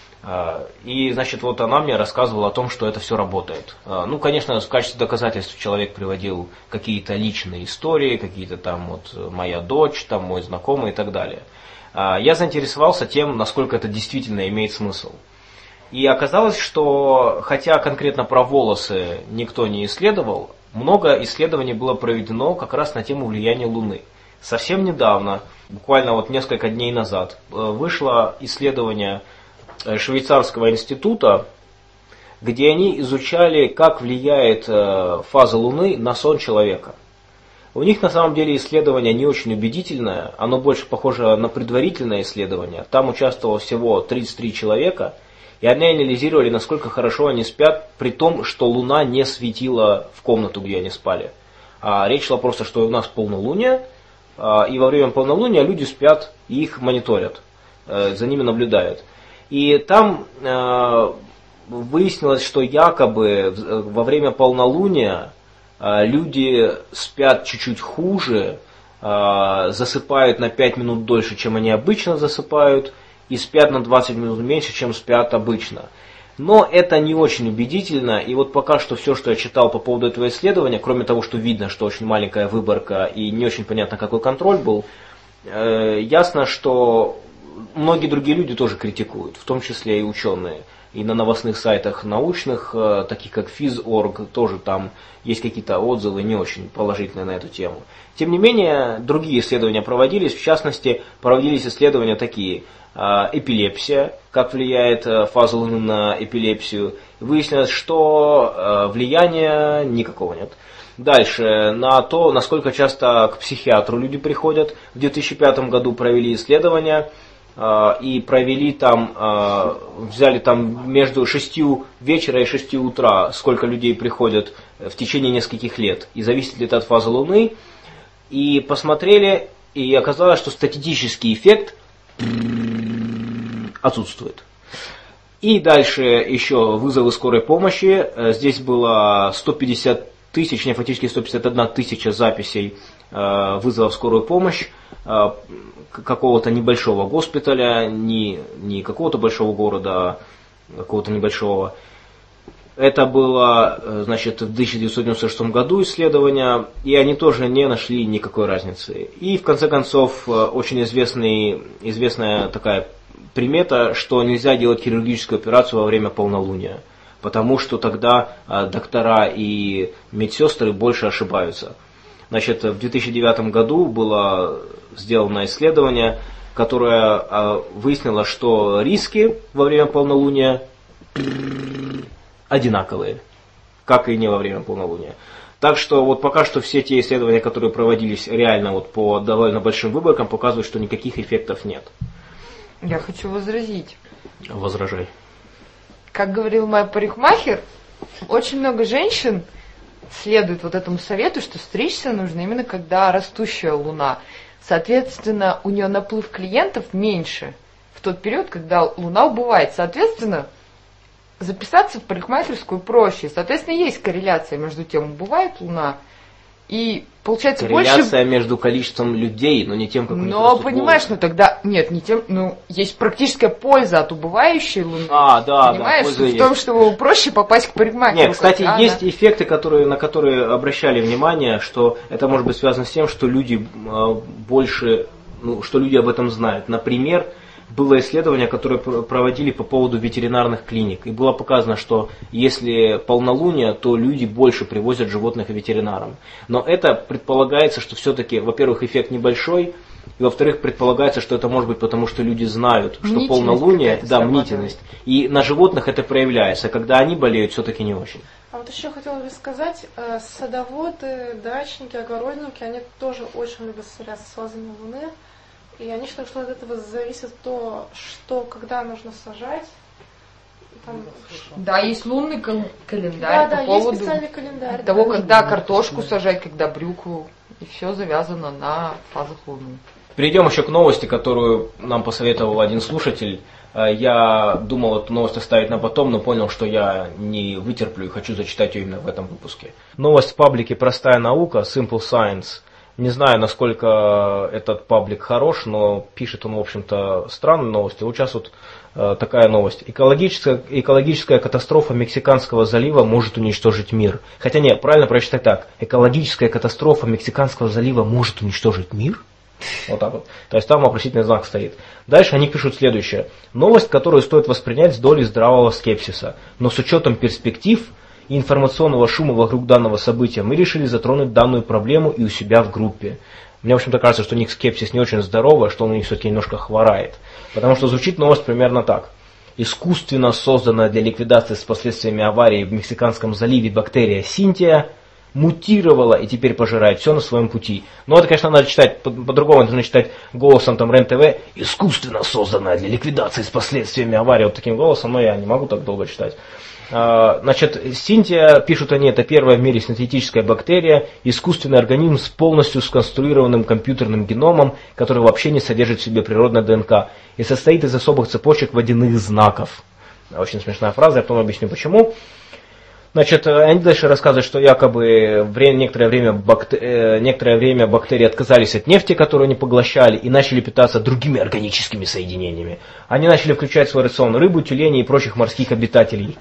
И, значит, вот она мне рассказывала о том, что это все работает. Ну, конечно, в качестве доказательств человек приводил какие-то личные истории, какие-то там вот моя дочь, там мой знакомый и так далее. Я заинтересовался тем, насколько это действительно имеет смысл. И оказалось, что хотя конкретно про волосы никто не исследовал, много исследований было проведено как раз на тему влияния Луны. Совсем недавно, буквально вот несколько дней назад, вышло исследование швейцарского института, где они изучали, как влияет фаза Луны на сон человека. У них на самом деле исследование не очень убедительное, оно больше похоже на предварительное исследование. Там участвовало всего тридцать три человека, и они анализировали, насколько хорошо они спят, при том, что Луна не светила в комнату, где они спали. А речь шла просто, что у нас полнолуние, и во время полнолуния люди спят и их мониторят, за ними наблюдают. И там э, выяснилось, что якобы во время полнолуния э, люди спят чуть-чуть хуже, э, засыпают на пять минут дольше, чем они обычно засыпают, и спят на двадцать минут меньше, чем спят обычно. Но это не очень убедительно, и вот пока что все, что я читал по поводу этого исследования, кроме того, что видно, что очень маленькая выборка и не очень понятно, какой контроль был, э, ясно, что многие другие люди тоже критикуют, в том числе и ученые. И на новостных сайтах научных, э, таких как физ точка орг, тоже там есть какие-то отзывы не очень положительные на эту тему. Тем не менее, другие исследования проводились, в частности, проводились исследования такие. Эпилепсия, как влияет фаза Луны на эпилепсию. Выяснилось, что влияния никакого нет. Дальше, на то, насколько часто к психиатру люди приходят. В две тысячи пятом году провели исследования и провели там, взяли там между шестью вечера и шестью утра, сколько людей приходят в течение нескольких лет. И зависит ли это от фазы Луны. И посмотрели, и оказалось, что статистический эффект отсутствует. И дальше еще вызовы скорой помощи. Здесь было сто пятьдесят тысяч, не фактически сто пятьдесят одна тысяча записей вызовов скорой помощи какого-то небольшого госпиталя, не, не какого-то большого города, а какого-то небольшого. Это было, значит, в тысяча девятьсот девяносто шестом году исследование, и они тоже не нашли никакой разницы. И в конце концов, очень известный, известная такая примета, что нельзя делать хирургическую операцию во время полнолуния, потому что тогда доктора и медсестры больше ошибаются. Значит, в две тысячи девятом году было сделано исследование, которое выяснило, что риски во время полнолуния одинаковые, как и не во время полнолуния. Так что вот пока что все те исследования, которые проводились реально вот по довольно большим выборкам, показывают, что никаких эффектов нет. Я хочу возразить. Возражай. Как говорил мой парикмахер, очень много женщин следует вот этому совету, что стричься нужно именно когда растущая луна. Соответственно, у нее наплыв клиентов меньше в тот период, когда луна убывает. Соответственно, записаться в парикмахерскую проще. Соответственно, есть корреляция между тем, убывает луна, и получается корреляция больше... Корреляция между количеством людей, но не тем, как у них Но, понимаешь, волосы. Ну тогда... Нет, не тем... Ну, есть практическая польза от убывающей луны. А, да, понимаешь, да, в том, что проще попасть к парикмахеру. Нет, кстати, хотя, есть да. эффекты, которые, на которые обращали внимание, что это может быть связано с тем, что люди больше... Ну, что люди об этом знают. Например, было исследование, которое проводили по поводу ветеринарных клиник. И было показано, что если полнолуние, то люди больше привозят животных к ветеринарам. Но это предполагается, что все-таки, во-первых, эффект небольшой, и во-вторых, предполагается, что это может быть потому, что люди знают, что полнолуние, да, мнительность. И на животных это проявляется. Когда они болеют, все-таки не очень. А вот еще хотела бы сказать, садоводы, дачники, огородники, они тоже очень любят сверяться с фазами Луны. И они считают, что от этого зависит то, что, когда нужно сажать. Там... Да, есть лунный кал- календарь да, по да, поводу есть специальный календарь, того, да. когда картошку сажать, когда брюкву. И все завязано на фазах Луны. Перейдем еще к новости, которую нам посоветовал один слушатель. Я думал эту новость оставить на потом, но понял, что я не вытерплю и хочу зачитать ее именно в этом выпуске. Новость в паблике «Простая наука» Simple Science. Не знаю, насколько этот паблик хорош, но пишет он, в общем-то, странные новости. Вот сейчас вот э, такая новость. Экологическая, экологическая катастрофа Мексиканского залива может уничтожить мир. Хотя нет, правильно прочитать так. Экологическая катастрофа Мексиканского залива может уничтожить мир? Вот так вот. То есть там вопросительный знак стоит. Дальше они пишут следующее. Новость, которую стоит воспринять с долей здравого скепсиса. Но с учетом перспектив и информационного шума вокруг данного события мы решили затронуть данную проблему и у себя в группе. Мне, в общем-то, кажется, что у них скепсис не очень здоровый, что он у них все-таки немножко хворает. Потому что звучит новость примерно так. Искусственно созданная для ликвидации с последствиями аварии в Мексиканском заливе бактерия Синтия мутировала и теперь пожирает все на своем пути. Но это, конечно, надо читать по- по-другому, нужно читать голосом там РЕН-ТВ, искусственно созданная для ликвидации с последствиями аварии, вот таким голосом, но я не могу так долго читать. Значит, Синтия, пишут они, это первая в мире синтетическая бактерия, искусственный организм с полностью сконструированным компьютерным геномом, который вообще не содержит в себе природной ДНК и состоит из особых цепочек водяных знаков. Очень смешная фраза, я потом объясню почему. Значит, они дальше рассказывают, что якобы в некоторое время, бактери... некоторое время бактерии отказались от нефти, которую они поглощали, и начали питаться другими органическими соединениями. Они начали включать в свой рацион рыбу, тюленей и прочих морских обитателей.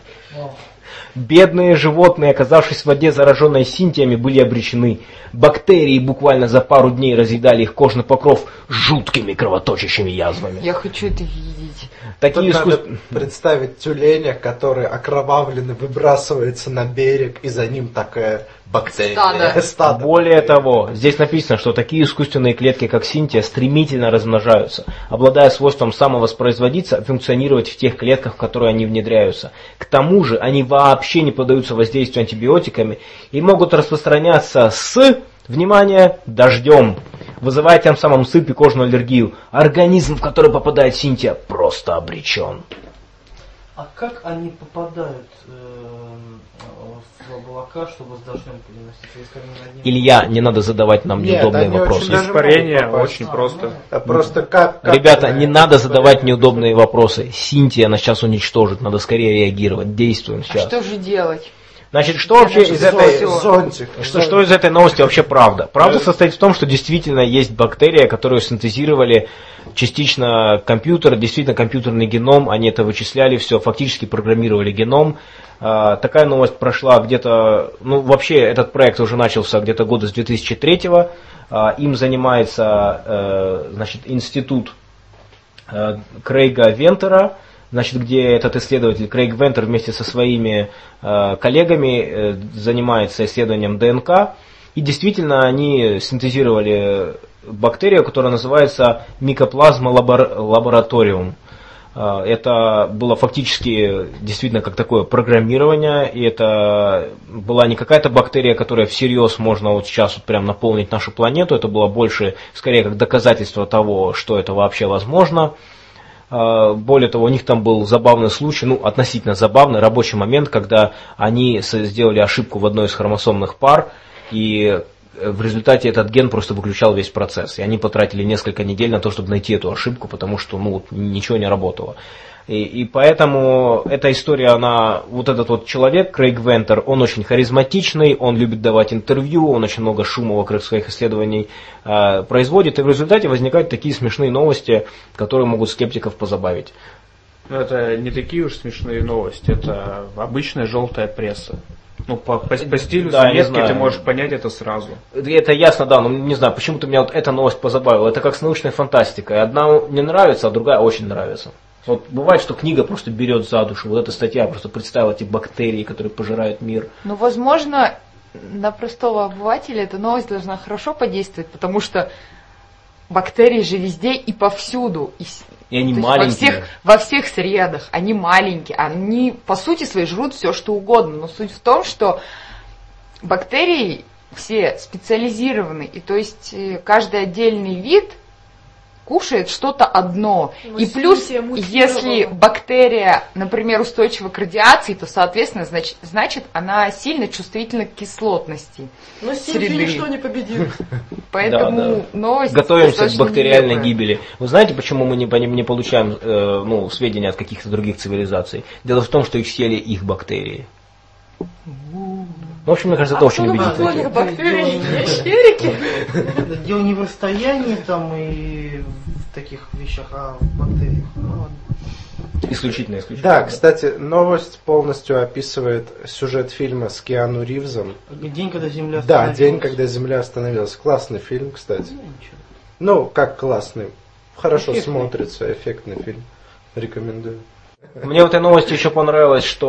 Бедные животные, оказавшись в воде, зараженной синтиями, были обречены. Бактерии буквально за пару дней разъедали их кожный покров жуткими кровоточащими язвами. Я хочу это видеть. Такие Тут искус... надо представить тюленя, который окровавленный выбрасывается на берег, и за ним такая бактерия. Стадо. Стадо. Более того, здесь написано, что такие искусственные клетки, как синтия, стремительно размножаются, обладая свойством самовоспроизводиться, функционировать в тех клетках, в которые они внедряются. К тому же, они вообще не поддаются воздействию антибиотиками и могут распространяться с, внимание, дождем, вызывая тем самым сыпь и кожную аллергию. Организм, в который попадает синтия, просто обречен. А как они попадают э, в облака, чтобы с дождем переноситься, если они над ним... Илья, не надо задавать нам Нет, неудобные они вопросы. очень даже Испарение могут попасть. очень А, просто. А просто как, как Ребята, они- не надо задавать неудобные вопросы. Синтия нас сейчас уничтожит, надо скорее реагировать. Действуем А сейчас. что же делать? Значит, что вообще из этой... Зонтик, зонтик. Что, что из этой новости вообще правда? Правда состоит в том, что действительно есть бактерия, которую синтезировали частично компьютер, действительно компьютерный геном, они это вычисляли, все, фактически программировали геном. А, такая новость прошла где-то, ну вообще этот проект уже начался где-то года с две тысячи третьего. А, им занимается э, значит, институт э, Крейга Вентера, значит, где этот исследователь Крейг Вентер вместе со своими э, коллегами э, занимается исследованием ДНК. И действительно они синтезировали бактерию, которая называется Mycoplasma laboratorium. Э, это было фактически действительно как такое программирование, и это была не какая-то бактерия, которая всерьез можно вот сейчас вот прям наполнить нашу планету, это было больше, скорее, как доказательство того, что это вообще возможно. Более того, у них там был забавный случай, ну, относительно забавный рабочий момент, когда они сделали ошибку в одной из хромосомных пар, и в результате этот ген просто выключал весь процесс. И они потратили несколько недель на то, чтобы найти эту ошибку, потому что, ну, ничего не работало. И, и поэтому эта история, она, вот этот вот человек, Крейг Вентер, он очень харизматичный, он любит давать интервью, он очень много шума вокруг своих исследований э, производит, и в результате возникают такие смешные новости, которые могут скептиков позабавить. Но это не такие уж смешные новости, это обычная желтая пресса. Ну, по, по, по стилю Да, я заметки знаю. ты можешь понять это сразу. Это ясно, да, но не знаю, почему-то меня вот эта новость позабавила. Это как с научной фантастикой. Одна не нравится, а другая очень нравится. Вот бывает, что книга просто берет за душу. Вот эта статья просто представила эти бактерии, которые пожирают мир. Ну, возможно, на простого обывателя эта новость должна хорошо подействовать, потому что бактерии же везде и повсюду. И, И они то есть маленькие. Во всех, во всех средах. Они маленькие. Они, по сути своей, жрут все, что угодно. Но суть в том, что бактерии все специализированы. И то есть каждый отдельный вид кушает что-то одно. Но И плюс, синтия мутировала. если бактерия, например, устойчива к радиации, то, соответственно, значит, значит она сильно чувствительна к кислотности. Но синтию среды. ничто не победит. Поэтому Да, да. новость Готовимся к достаточно бактериальной нелепая. гибели. Вы знаете, почему мы не, по- не получаем э, ну, сведения от каких-то других цивилизаций? Дело в том, что их съели их бактерии. В общем, мне кажется, это очень Ну, убедительно. каких бактерий, не щерики. Дело не в расстоянии там и в таких вещах, а в бактериях. Ну, ладно. Исключительно, исключительно. Да, кстати, новость полностью описывает сюжет фильма с Киану Ривзом. День, когда Земля Да, остановилась. «День, когда Земля остановилась». Классный фильм, кстати. Ну, ничего. Ну, как классный. Хорошо Эффектный. смотрится, эффектный фильм. Рекомендую. Мне в этой новости еще понравилось, что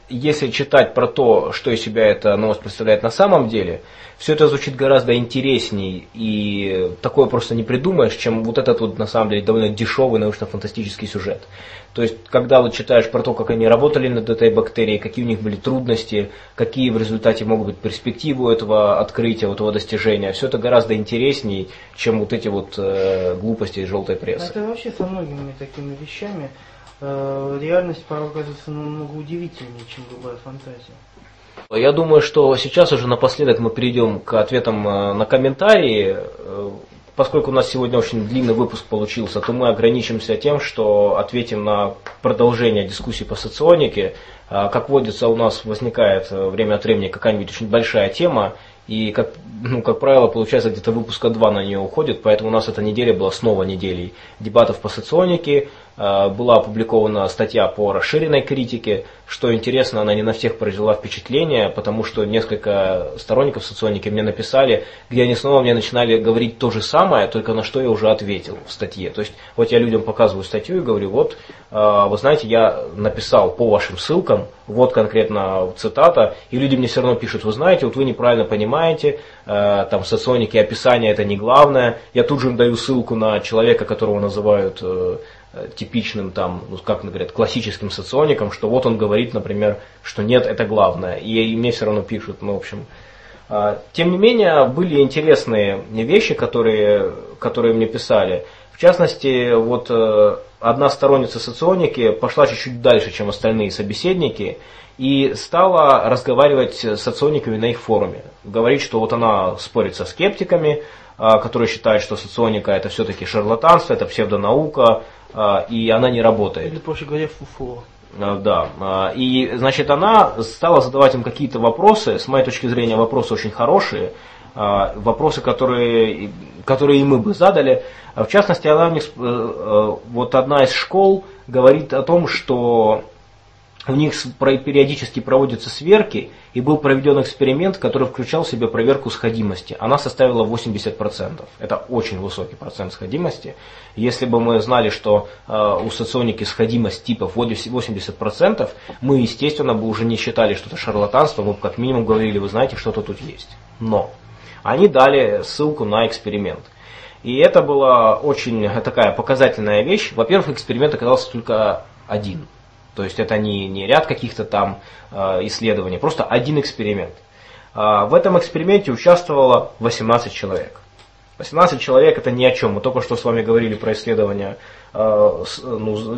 если читать про то, что из себя эта новость представляет на самом деле, все это звучит гораздо интересней, и такое просто не придумаешь, чем вот этот вот на самом деле довольно дешевый научно-фантастический сюжет. То есть, когда вот читаешь про то, как они работали над этой бактерией, какие у них были трудности, какие в результате могут быть перспективы у этого открытия, у этого достижения, все это гораздо интересней, чем вот эти вот э, глупости из желтой прессы. Это вообще со многими такими вещами. Реальность порой оказывается намного удивительнее, чем любая фантазия. Я думаю, что сейчас уже напоследок мы перейдем к ответам на комментарии. Поскольку у нас сегодня очень длинный выпуск получился, то мы ограничимся тем, что ответим на продолжение дискуссии по соционике. Как водится, у нас возникает время от времени какая-нибудь очень большая тема, и, как, ну, как правило, получается, где-то выпуска два на нее уходит, поэтому у нас эта неделя была снова неделей дебатов по соционике. Была опубликована статья по расширенной критике. Что интересно, она не на всех произвела впечатление, потому что несколько сторонников соционики мне написали, где они снова мне начинали говорить то же самое, только на что я уже ответил в статье. То есть, вот я людям показываю статью и говорю, вот, вы знаете, я написал по вашим ссылкам, вот конкретно цитата, и люди мне все равно пишут, вы знаете, вот вы неправильно понимаете, там в соционике описание это не главное. Я тут же им даю ссылку на человека, которого называют типичным, там, ну, как говорят, классическим социоником, что вот он говорит, например, что нет, это главное. И, и мне все равно пишут, ну, в общем. Тем не менее, были интересные вещи, которые, которые мне писали. В частности, вот одна сторонница соционики пошла чуть-чуть дальше, чем остальные собеседники, и стала разговаривать с социониками на их форуме. Говорит, что вот она спорит со скептиками, которые считают, что соционика это все-таки шарлатанство, это псевдонаука, и она не работает. Или, проще говоря, фуфло. Да. И, значит, она стала задавать им какие-то вопросы, с моей точки зрения, вопросы очень хорошие, вопросы, которые, которые и мы бы задали. В частности, она, вот одна из школ говорит о том, что у них периодически проводятся сверки, и был проведен эксперимент, который включал в себя проверку сходимости. Она составила восемьдесят процентов. Это очень высокий процент сходимости. Если бы мы знали, что э, у соционики сходимость типов восемьдесят процентов, мы, естественно, бы уже не считали, что это шарлатанство, мы бы как минимум говорили, вы знаете, что-то тут есть. Но они дали ссылку на эксперимент. И это была очень такая показательная вещь. Во-первых, эксперимент оказался только один. То есть это не, не ряд каких-то там э, исследований, просто один эксперимент. Э, в этом эксперименте участвовало восемнадцать человек. восемнадцать человек это ни о чем. Мы только что с вами говорили про исследование э, с, ну,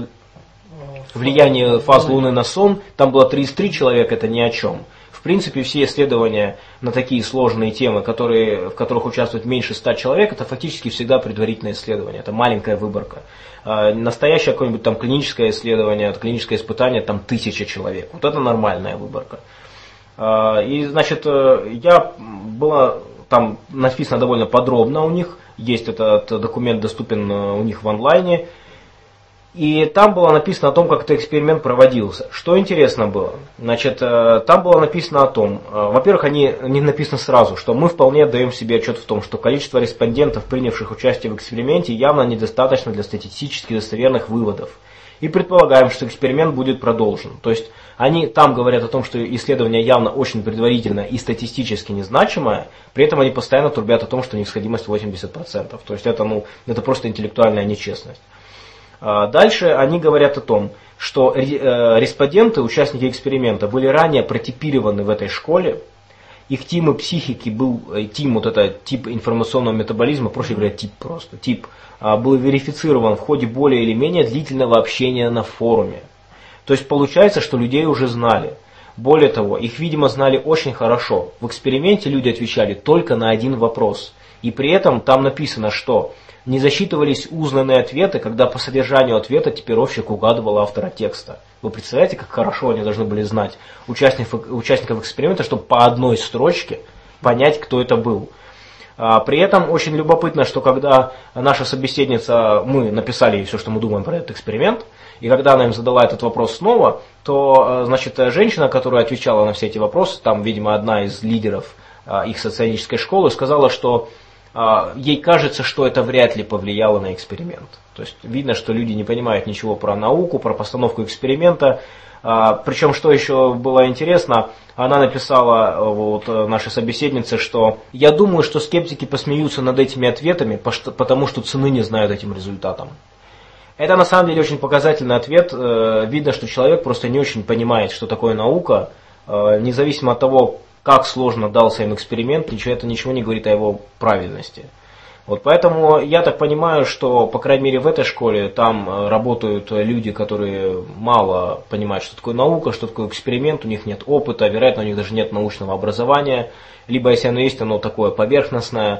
влияния фаз Луны на сон. Там было тридцать три человека, это ни о чем. В принципе, все исследования на такие сложные темы, которые, в которых участвует меньше ста человек, это фактически всегда предварительное исследование, это маленькая выборка. А настоящее какое-нибудь там клиническое исследование, клиническое испытание, там тысяча человек. Вот это нормальная выборка. А, и, значит, я была, там написано довольно подробно у них, есть этот документ доступен у них в онлайне. И там было написано о том, как этот эксперимент проводился. Что интересно было? Значит, там было написано о том, во-первых, они, не написано сразу, что мы вполне отдаем себе отчет в том, что количество респондентов, принявших участие в эксперименте, явно недостаточно для статистически достоверных выводов. И предполагаем, что эксперимент будет продолжен. То есть они там говорят о том, что исследование явно очень предварительное и статистически незначимое, при этом они постоянно трубят о том, что несходимость восемьдесят процентов. То есть это, ну, это просто интеллектуальная нечестность. Дальше они говорят о том, что респонденты, участники эксперимента, были ранее протипированы в этой школе. Их тимы психики был, тим, вот это тип информационного метаболизма, проще говоря, тип просто, тип, был верифицирован в ходе более или менее длительного общения на форуме. То есть получается, что людей уже знали. Более того, их, видимо, знали очень хорошо. В эксперименте люди отвечали только на один вопрос. И при этом там написано, что не засчитывались узнанные ответы, когда по содержанию ответа типировщик угадывал автора текста. Вы представляете, как хорошо они должны были знать участников, участников эксперимента, чтобы по одной строчке понять, кто это был. А, при этом очень любопытно, что когда наша собеседница, мы написали ей все, что мы думаем про этот эксперимент, и когда она им задала этот вопрос снова, то, значит, женщина, которая отвечала на все эти вопросы, там, видимо, одна из лидеров а, их социологической школы, сказала, что ей кажется, что это вряд ли повлияло на эксперимент. То есть видно, что люди не понимают ничего про науку, про постановку эксперимента. Причем, что еще было интересно, она написала, вот, нашей собеседнице, что «я думаю, что скептики посмеются над этими ответами, потому что цены не знают этим результатам». Это на самом деле очень показательный ответ. Видно, что человек просто не очень понимает, что такое наука, независимо от того, как сложно дался им эксперимент, ничего, это ничего не говорит о его правильности. Вот поэтому я так понимаю, что, по крайней мере, в этой школе там работают люди, которые мало понимают, что такое наука, что такое эксперимент, у них нет опыта, вероятно, у них даже нет научного образования, либо, если оно есть, оно такое поверхностное.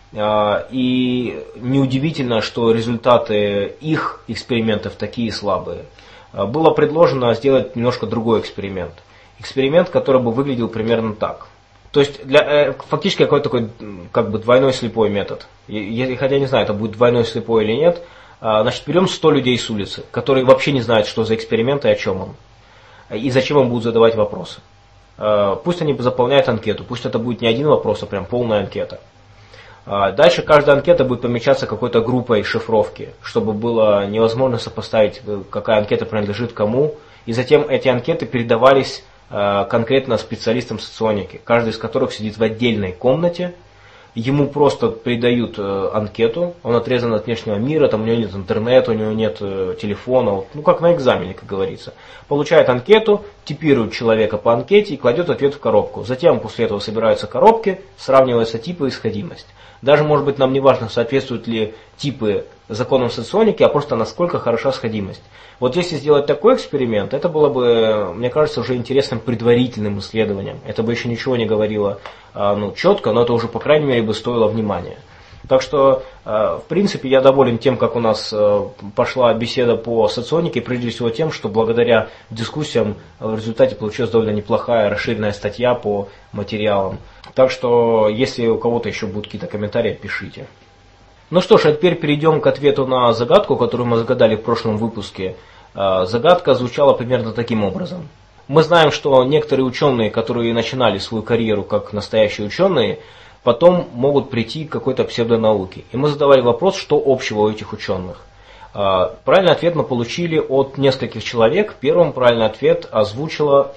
И неудивительно, что результаты их экспериментов такие слабые. Было предложено сделать немножко другой эксперимент. Эксперимент, который бы выглядел примерно так. То есть для, фактически какой-то такой как бы двойной слепой метод. Я, хотя не знаю, это будет двойной слепой или нет. Значит, берем сто людей с улицы, которые вообще не знают, что за эксперимент и о чем он. И зачем им будут задавать вопросы. Пусть они заполняют анкету, пусть это будет не один вопрос, а прям полная анкета. Дальше каждая анкета будет помечаться какой-то группой шифровки, чтобы было невозможно сопоставить, какая анкета принадлежит кому. И затем эти анкеты передавались конкретно специалистам соционики, каждый из которых сидит в отдельной комнате. Ему просто придают анкету, он отрезан от внешнего мира, там у него нет интернета, у него нет телефона, ну как на экзамене, как говорится. Получает анкету, типирует человека по анкете и кладет ответ в коробку. Затем после этого собираются коробки, сравниваются типы и сходимость. Даже, может быть, нам не важно, соответствуют ли типы законам соционики, а просто насколько хороша сходимость. Вот если сделать такой эксперимент, это было бы, мне кажется, уже интересным предварительным исследованием. Это бы еще ничего не говорило ну, четко, но это уже, по крайней мере, бы стоило внимания. Так что, в принципе, я доволен тем, как у нас пошла беседа по соционике, прежде всего тем, что благодаря дискуссиям в результате получилась довольно неплохая расширенная статья по материалам. Так что, если у кого-то еще будут какие-то комментарии, пишите. Ну что ж, а теперь перейдем к ответу на загадку, которую мы загадали в прошлом выпуске. Загадка звучала примерно таким образом. Мы знаем, что некоторые ученые, которые начинали свою карьеру как настоящие ученые, потом могут прийти к какой-то псевдонауке. И мы задавали вопрос, что общего у этих ученых. Правильный ответ мы получили от нескольких человек. Первым правильный ответ озвучила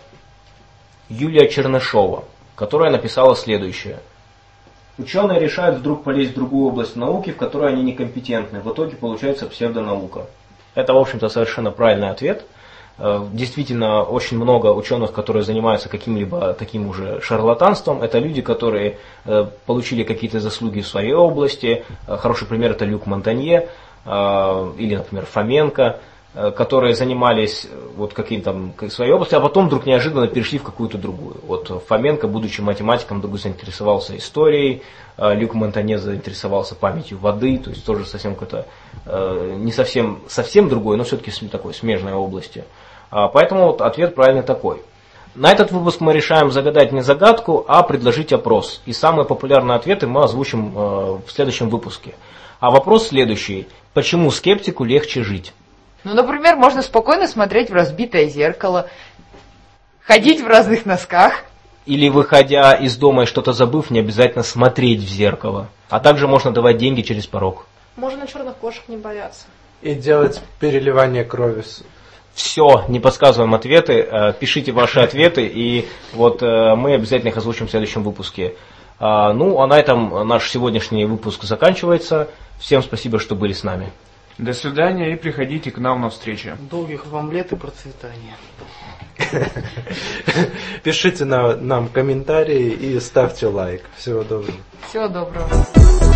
Юлия Чернышова, которая написала следующее. Ученые решают вдруг полезть в другую область науки, в которой они некомпетентны. В итоге получается псевдонаука. Это, в общем-то, совершенно правильный ответ. Действительно, очень много ученых, которые занимаются каким-либо таким уже шарлатанством. Это люди, которые получили какие-то заслуги в своей области. Хороший пример – это Люк Монтанье или, например, Фоменко, которые занимались вот каким-то своей областью, а потом вдруг неожиданно перешли в какую-то другую. Вот Фоменко, будучи математиком, вдруг заинтересовался историей, Люк Монтанье заинтересовался памятью воды, то есть тоже совсем какой-то не совсем, совсем другой, но все-таки такой смежной области. Поэтому вот ответ правильный такой. На этот выпуск мы решаем загадать не загадку, а предложить опрос. И самые популярные ответы мы озвучим в следующем выпуске. А вопрос следующий. Почему скептику легче жить? Ну, например, можно спокойно смотреть в разбитое зеркало, ходить в разных носках. Или, выходя из дома и что-то забыв, не обязательно смотреть в зеркало. А также можно давать деньги через порог. Можно черных кошек не бояться. И делать переливание крови. Все, не подсказываем ответы, пишите ваши ответы, и вот мы обязательно их озвучим в следующем выпуске. Ну, а на этом наш сегодняшний выпуск заканчивается. Всем спасибо, что были с нами. До свидания и приходите к нам на встречу. Долгих вам лет и процветания. Пишите на, нам комментарии и ставьте лайк. Всего доброго. Всего доброго.